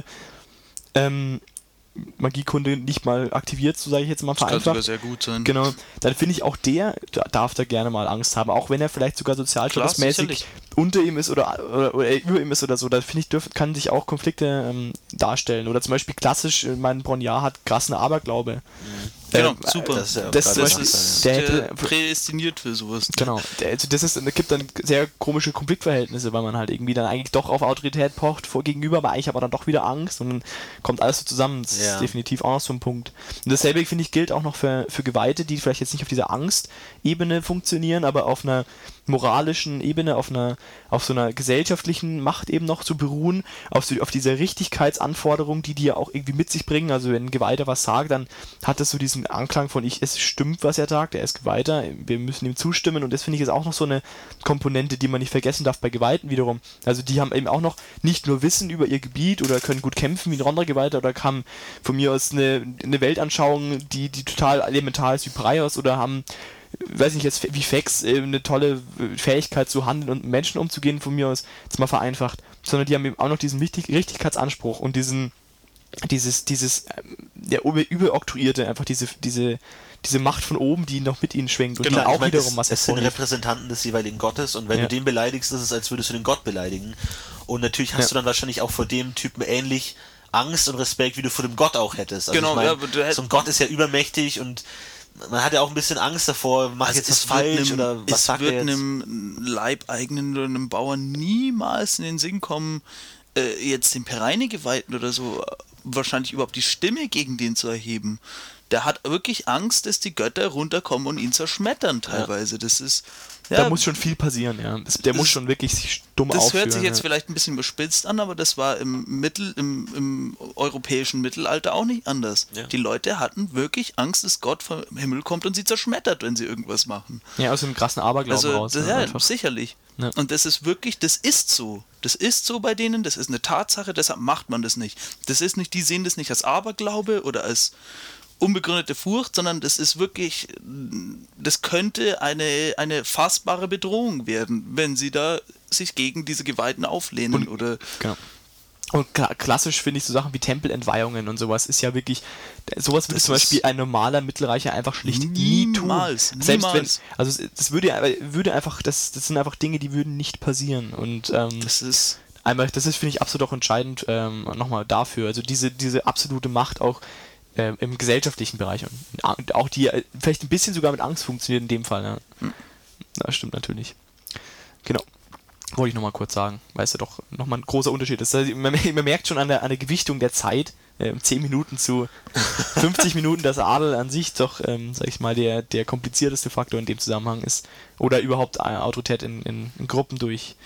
Magiekunde nicht mal aktiviert, so sage ich jetzt mal Das kann vereinfacht. sogar sehr gut sein. Genau, dann finde ich auch der darf da gerne mal Angst haben, auch wenn er vielleicht sogar sozialstatusmäßig sicherlich. unter ihm ist oder über ihm ist oder so, da finde ich, kann sich auch Konflikte darstellen. Oder zum Beispiel klassisch, mein Bronjar hat krassen Aberglaube. Genau, super. Das ist ja Das gerade zum Das Beispiel- ist der hätte- prädestiniert für sowas. Genau, also das gibt dann sehr komische Konfliktverhältnisse, weil man halt irgendwie dann eigentlich doch auf Autorität pocht vor gegenüber, aber eigentlich aber dann doch wieder Angst und dann kommt alles so zusammen. Das Ja. ist definitiv auch noch so ein Punkt. Und dasselbe, finde ich, gilt auch noch für Geweihte, die vielleicht jetzt nicht auf dieser Angstebene funktionieren, aber auf einer moralischen Ebene, auf so einer gesellschaftlichen Macht eben noch zu beruhen, auf diese Richtigkeitsanforderungen, die ja auch irgendwie mit sich bringen. Also wenn ein Geweihter was sagt, dann hat das so diesen Anklang von es stimmt, was er sagt, er ist Geweihter, wir müssen ihm zustimmen und das finde ich ist auch noch so eine Komponente, die man nicht vergessen darf bei Geweihten wiederum. Also die haben eben auch noch nicht nur Wissen über ihr Gebiet oder können gut kämpfen wie ein anderer Geweihter oder haben von mir aus eine Weltanschauung, die total elementar ist wie Breios oder haben weiß nicht jetzt wie Fex eine tolle Fähigkeit zu handeln und mit Menschen umzugehen, von mir aus jetzt mal vereinfacht, sondern die haben eben auch noch diesen Richtigkeitsanspruch und der überoktroyierte, einfach diese Macht von oben, die noch mit ihnen schwenkt und Genau, die auch ich meine, wiederum was es sind hervorhebt. Repräsentanten des jeweiligen Gottes und wenn Ja. du den beleidigst, ist es, als würdest du den Gott beleidigen. Und natürlich hast Ja. du dann wahrscheinlich auch vor dem Typen ähnlich Angst und Respekt, wie du vor dem Gott auch hättest. Also Genau, ich meine, ja, aber du so ein Gott ist ja übermächtig und man hat ja auch ein bisschen Angst davor, mach ich jetzt was falsch oder was sagt er Es wird jetzt? einem Leibeigenen oder einem Bauern niemals in den Sinn kommen, jetzt den Pereine-Geweihten oder so wahrscheinlich überhaupt die Stimme gegen den zu erheben. Der hat wirklich Angst, dass die Götter runterkommen und ihn zerschmettern teilweise. Das ist... Da muss schon viel passieren, ja. Der muss schon wirklich sich dumm Das aufführen. hört sich jetzt ja. vielleicht ein bisschen überspitzt an, aber das war im europäischen Mittelalter auch nicht anders. Ja. Die Leute hatten wirklich Angst, dass Gott vom Himmel kommt und sie zerschmettert, wenn sie irgendwas machen. Ja, aus einem krassen Aberglauben Also, raus. ja, einfach. sicherlich. Ja. Und das ist wirklich, das ist so. Das ist so bei denen, das ist eine Tatsache, deshalb macht man das nicht. Das ist nicht, die sehen das nicht als Aberglaube oder als unbegründete Furcht, sondern das ist wirklich, das könnte eine fassbare Bedrohung werden, wenn sie da sich gegen diese Geweihten auflehnen oder... Genau. Und klassisch finde ich so Sachen wie Tempelentweihungen und sowas ist ja wirklich, sowas würde Das zum ist Beispiel ein normaler Mittelreicher einfach schlicht nie tun. Niemals, Selbst wenn, niemals. also das würde einfach, das sind einfach Dinge, die würden nicht passieren und Das ist... das ist, finde ich, absolut auch entscheidend nochmal dafür, also diese absolute Macht auch im gesellschaftlichen Bereich und auch die vielleicht ein bisschen sogar mit Angst funktioniert in dem Fall. Ja. Das stimmt natürlich. Genau. Wollte ich nochmal kurz sagen, weil es ja doch nochmal ein großer Unterschied ist. Also man merkt schon an der Gewichtung der Zeit, 10 Minuten zu 50 Minuten, dass Adel an sich doch, sag ich mal, der komplizierteste Faktor in dem Zusammenhang ist. Oder überhaupt Autorität in Gruppen durch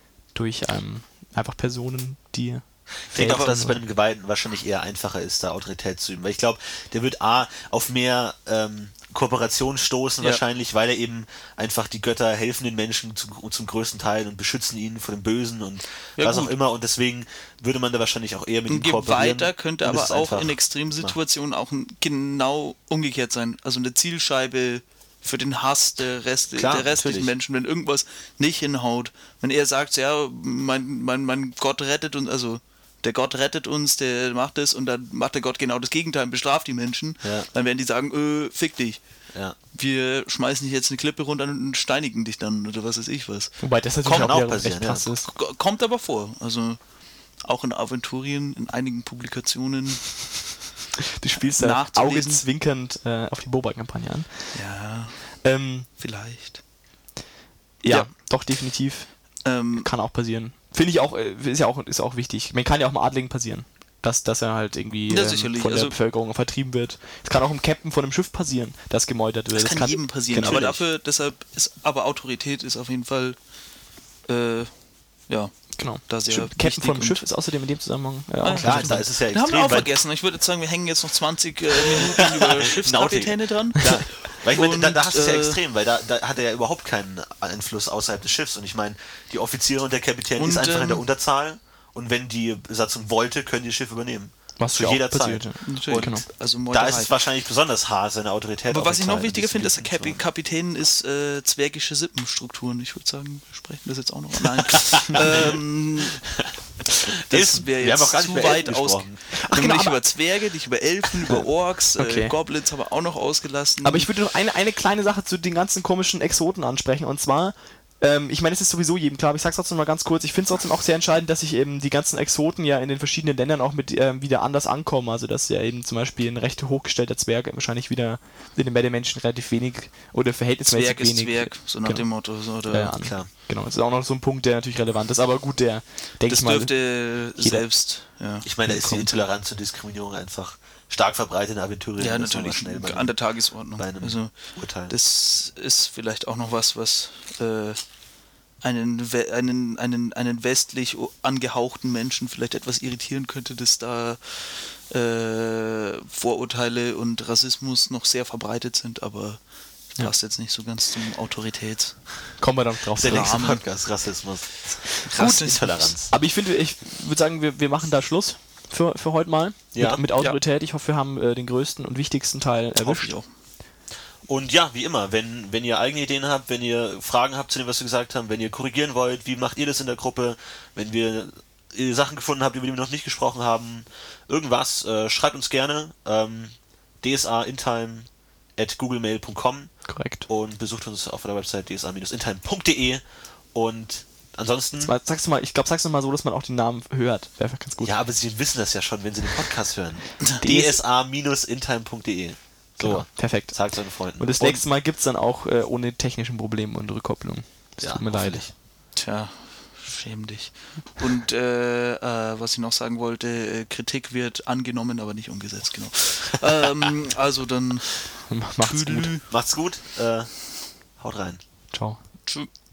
einfach Personen, die... Ich denke auch, dass es bei einem Geweihten wahrscheinlich eher einfacher ist, da Autorität zu üben. Weil ich glaube, der wird auf mehr Kooperation stoßen Ja. wahrscheinlich, weil er eben einfach die Götter helfen den Menschen zum größten Teil und beschützen ihn vor dem Bösen und Ja, was gut. auch immer. Und deswegen würde man da wahrscheinlich auch eher mit Ein ihm kooperieren. Geweihter könnte und es aber auch einfach in Extremsituationen auch genau umgekehrt sein. Also eine Zielscheibe für den Hass der restlichen natürlich. Menschen, wenn irgendwas nicht hinhaut. Wenn er sagt, ja, mein Gott rettet uns, also der Gott rettet uns, der macht es und dann macht der Gott genau das Gegenteil und bestraft die Menschen, Ja. dann werden die sagen, fick dich. Ja. Wir schmeißen dich jetzt eine Klippe runter und steinigen dich dann oder was weiß ich was. Wobei das natürlich Kann auch auch wiederum passieren, echt krass ist. Kommt aber vor. Also auch in Aventurien, in einigen Publikationen. Du spielst da nachzulesen. augenzwinkernd auf die Boba-Kampagne an. Ja. Vielleicht. Ja, Ja. doch, definitiv. Ähm, Kann auch passieren. Finde ich auch, ist auch wichtig. Man kann ja auch mal Adligen passieren. Dass er halt irgendwie Ja, sicherlich. von der Also- Bevölkerung vertrieben wird. Es kann auch im Captain von einem Schiff passieren, das gemeutert wird. das kann jedem passieren, genau. aber deshalb Autorität ist auf jeden Fall, ja, Genau. da sehr Captain wichtig von einem und- Schiff ist außerdem in dem Zusammenhang auch Klar, wichtig. da ist es ja Den haben extrem. wir auch weil- vergessen. Ich würde jetzt sagen, wir hängen jetzt noch 20 Minuten über Schiffskapitäne dran. Ja, weil ich meine, da hast du es ja Und, extrem, weil da hat er ja überhaupt keinen Einfluss außerhalb des Schiffs. Und ich meine, die Offiziere und der Kapitän Und, ist einfach in der Unterzahl. Und wenn die Besatzung wollte, können die das Schiff übernehmen. Was zu ja auch jeder passiert, Zeit. ja. Natürlich, Und genau. also Da Meuterei. ist es wahrscheinlich besonders hart, seine Autorität Aber was ich noch aufzuzeigen. wichtiger finde, ist, der Deswegen so. Kapitän ist zwergische Sippenstrukturen. Ich würde sagen, wir sprechen das jetzt auch noch. Nein. Das wäre wir haben jetzt auch gar nicht zu über weit Elfen aus. gesprochen. Wir haben genau, nicht aber- über Zwerge, nicht über Elfen, über Orks, Okay. Goblins haben wir auch noch ausgelassen. Aber ich würde noch eine kleine Sache zu den ganzen komischen Exoten ansprechen. Und zwar, ich meine, es ist sowieso jedem klar, aber ich sag's trotzdem mal ganz kurz, ich finde es trotzdem auch sehr entscheidend, dass sich eben die ganzen Exoten ja in den verschiedenen Ländern auch mit wieder anders ankommen. Also dass ja eben zum Beispiel ein recht hochgestellter Zwerg wahrscheinlich wieder bei den Menschen relativ wenig oder verhältnismäßig Zwerg ist wenig Zwerg, so nach genau. dem Motto. So, oder Klar. Genau, das ist auch noch so ein Punkt, der natürlich relevant ist. Aber gut, der, denke das ich mal, dürfte jeder- selbst. Ja, Ich meine, da ist die kommt. Intoleranz und Diskriminierung einfach stark verbreitet in Aventurien. Ja, Das muss man natürlich. schnell bei An der Tagesordnung. bei einem Also, Urteil. das ist vielleicht auch noch was einen westlich angehauchten Menschen vielleicht etwas irritieren könnte, dass da Vorurteile und Rassismus noch sehr verbreitet sind, aber das passt jetzt nicht so ganz zum Autoritäts. kommen wir dann drauf der nächste Rahmen. Podcast, Rassismus. Rassismus. Intoleranz. Aber ich würde sagen, wir machen da Schluss für heute mal. Ja. Mit Autorität. Ich hoffe, wir haben den größten und wichtigsten Teil Hoffe erwischt. ich auch. Und ja, wie immer, wenn ihr eigene Ideen habt, wenn ihr Fragen habt zu dem, was wir gesagt haben, wenn ihr korrigieren wollt, wie macht ihr das in der Gruppe, wenn ihr Sachen gefunden habt, über die wir noch nicht gesprochen haben, irgendwas, schreibt uns gerne. dsa-intime@googlemail.com Korrekt. und besucht uns auf der Website dsa-intime.de und ansonsten... Sagst du mal so, dass man auch den Namen hört. Wäre einfach ganz gut. Ja, aber sie wissen das ja schon, wenn sie den Podcast hören. DS dsa-intime.de. So, Genau, perfekt. sagt seinen Freunden. Und das nächste Mal gibt es dann auch ohne technischen Probleme und Rückkopplung. Das Ja, tut mir leid. hoffentlich. Tja, schäm dich. Und was ich noch sagen wollte, Kritik wird angenommen, aber nicht umgesetzt, genau. Also dann Macht's gut. Tüdelü. Macht's gut, haut rein. Ciao. Tschüss.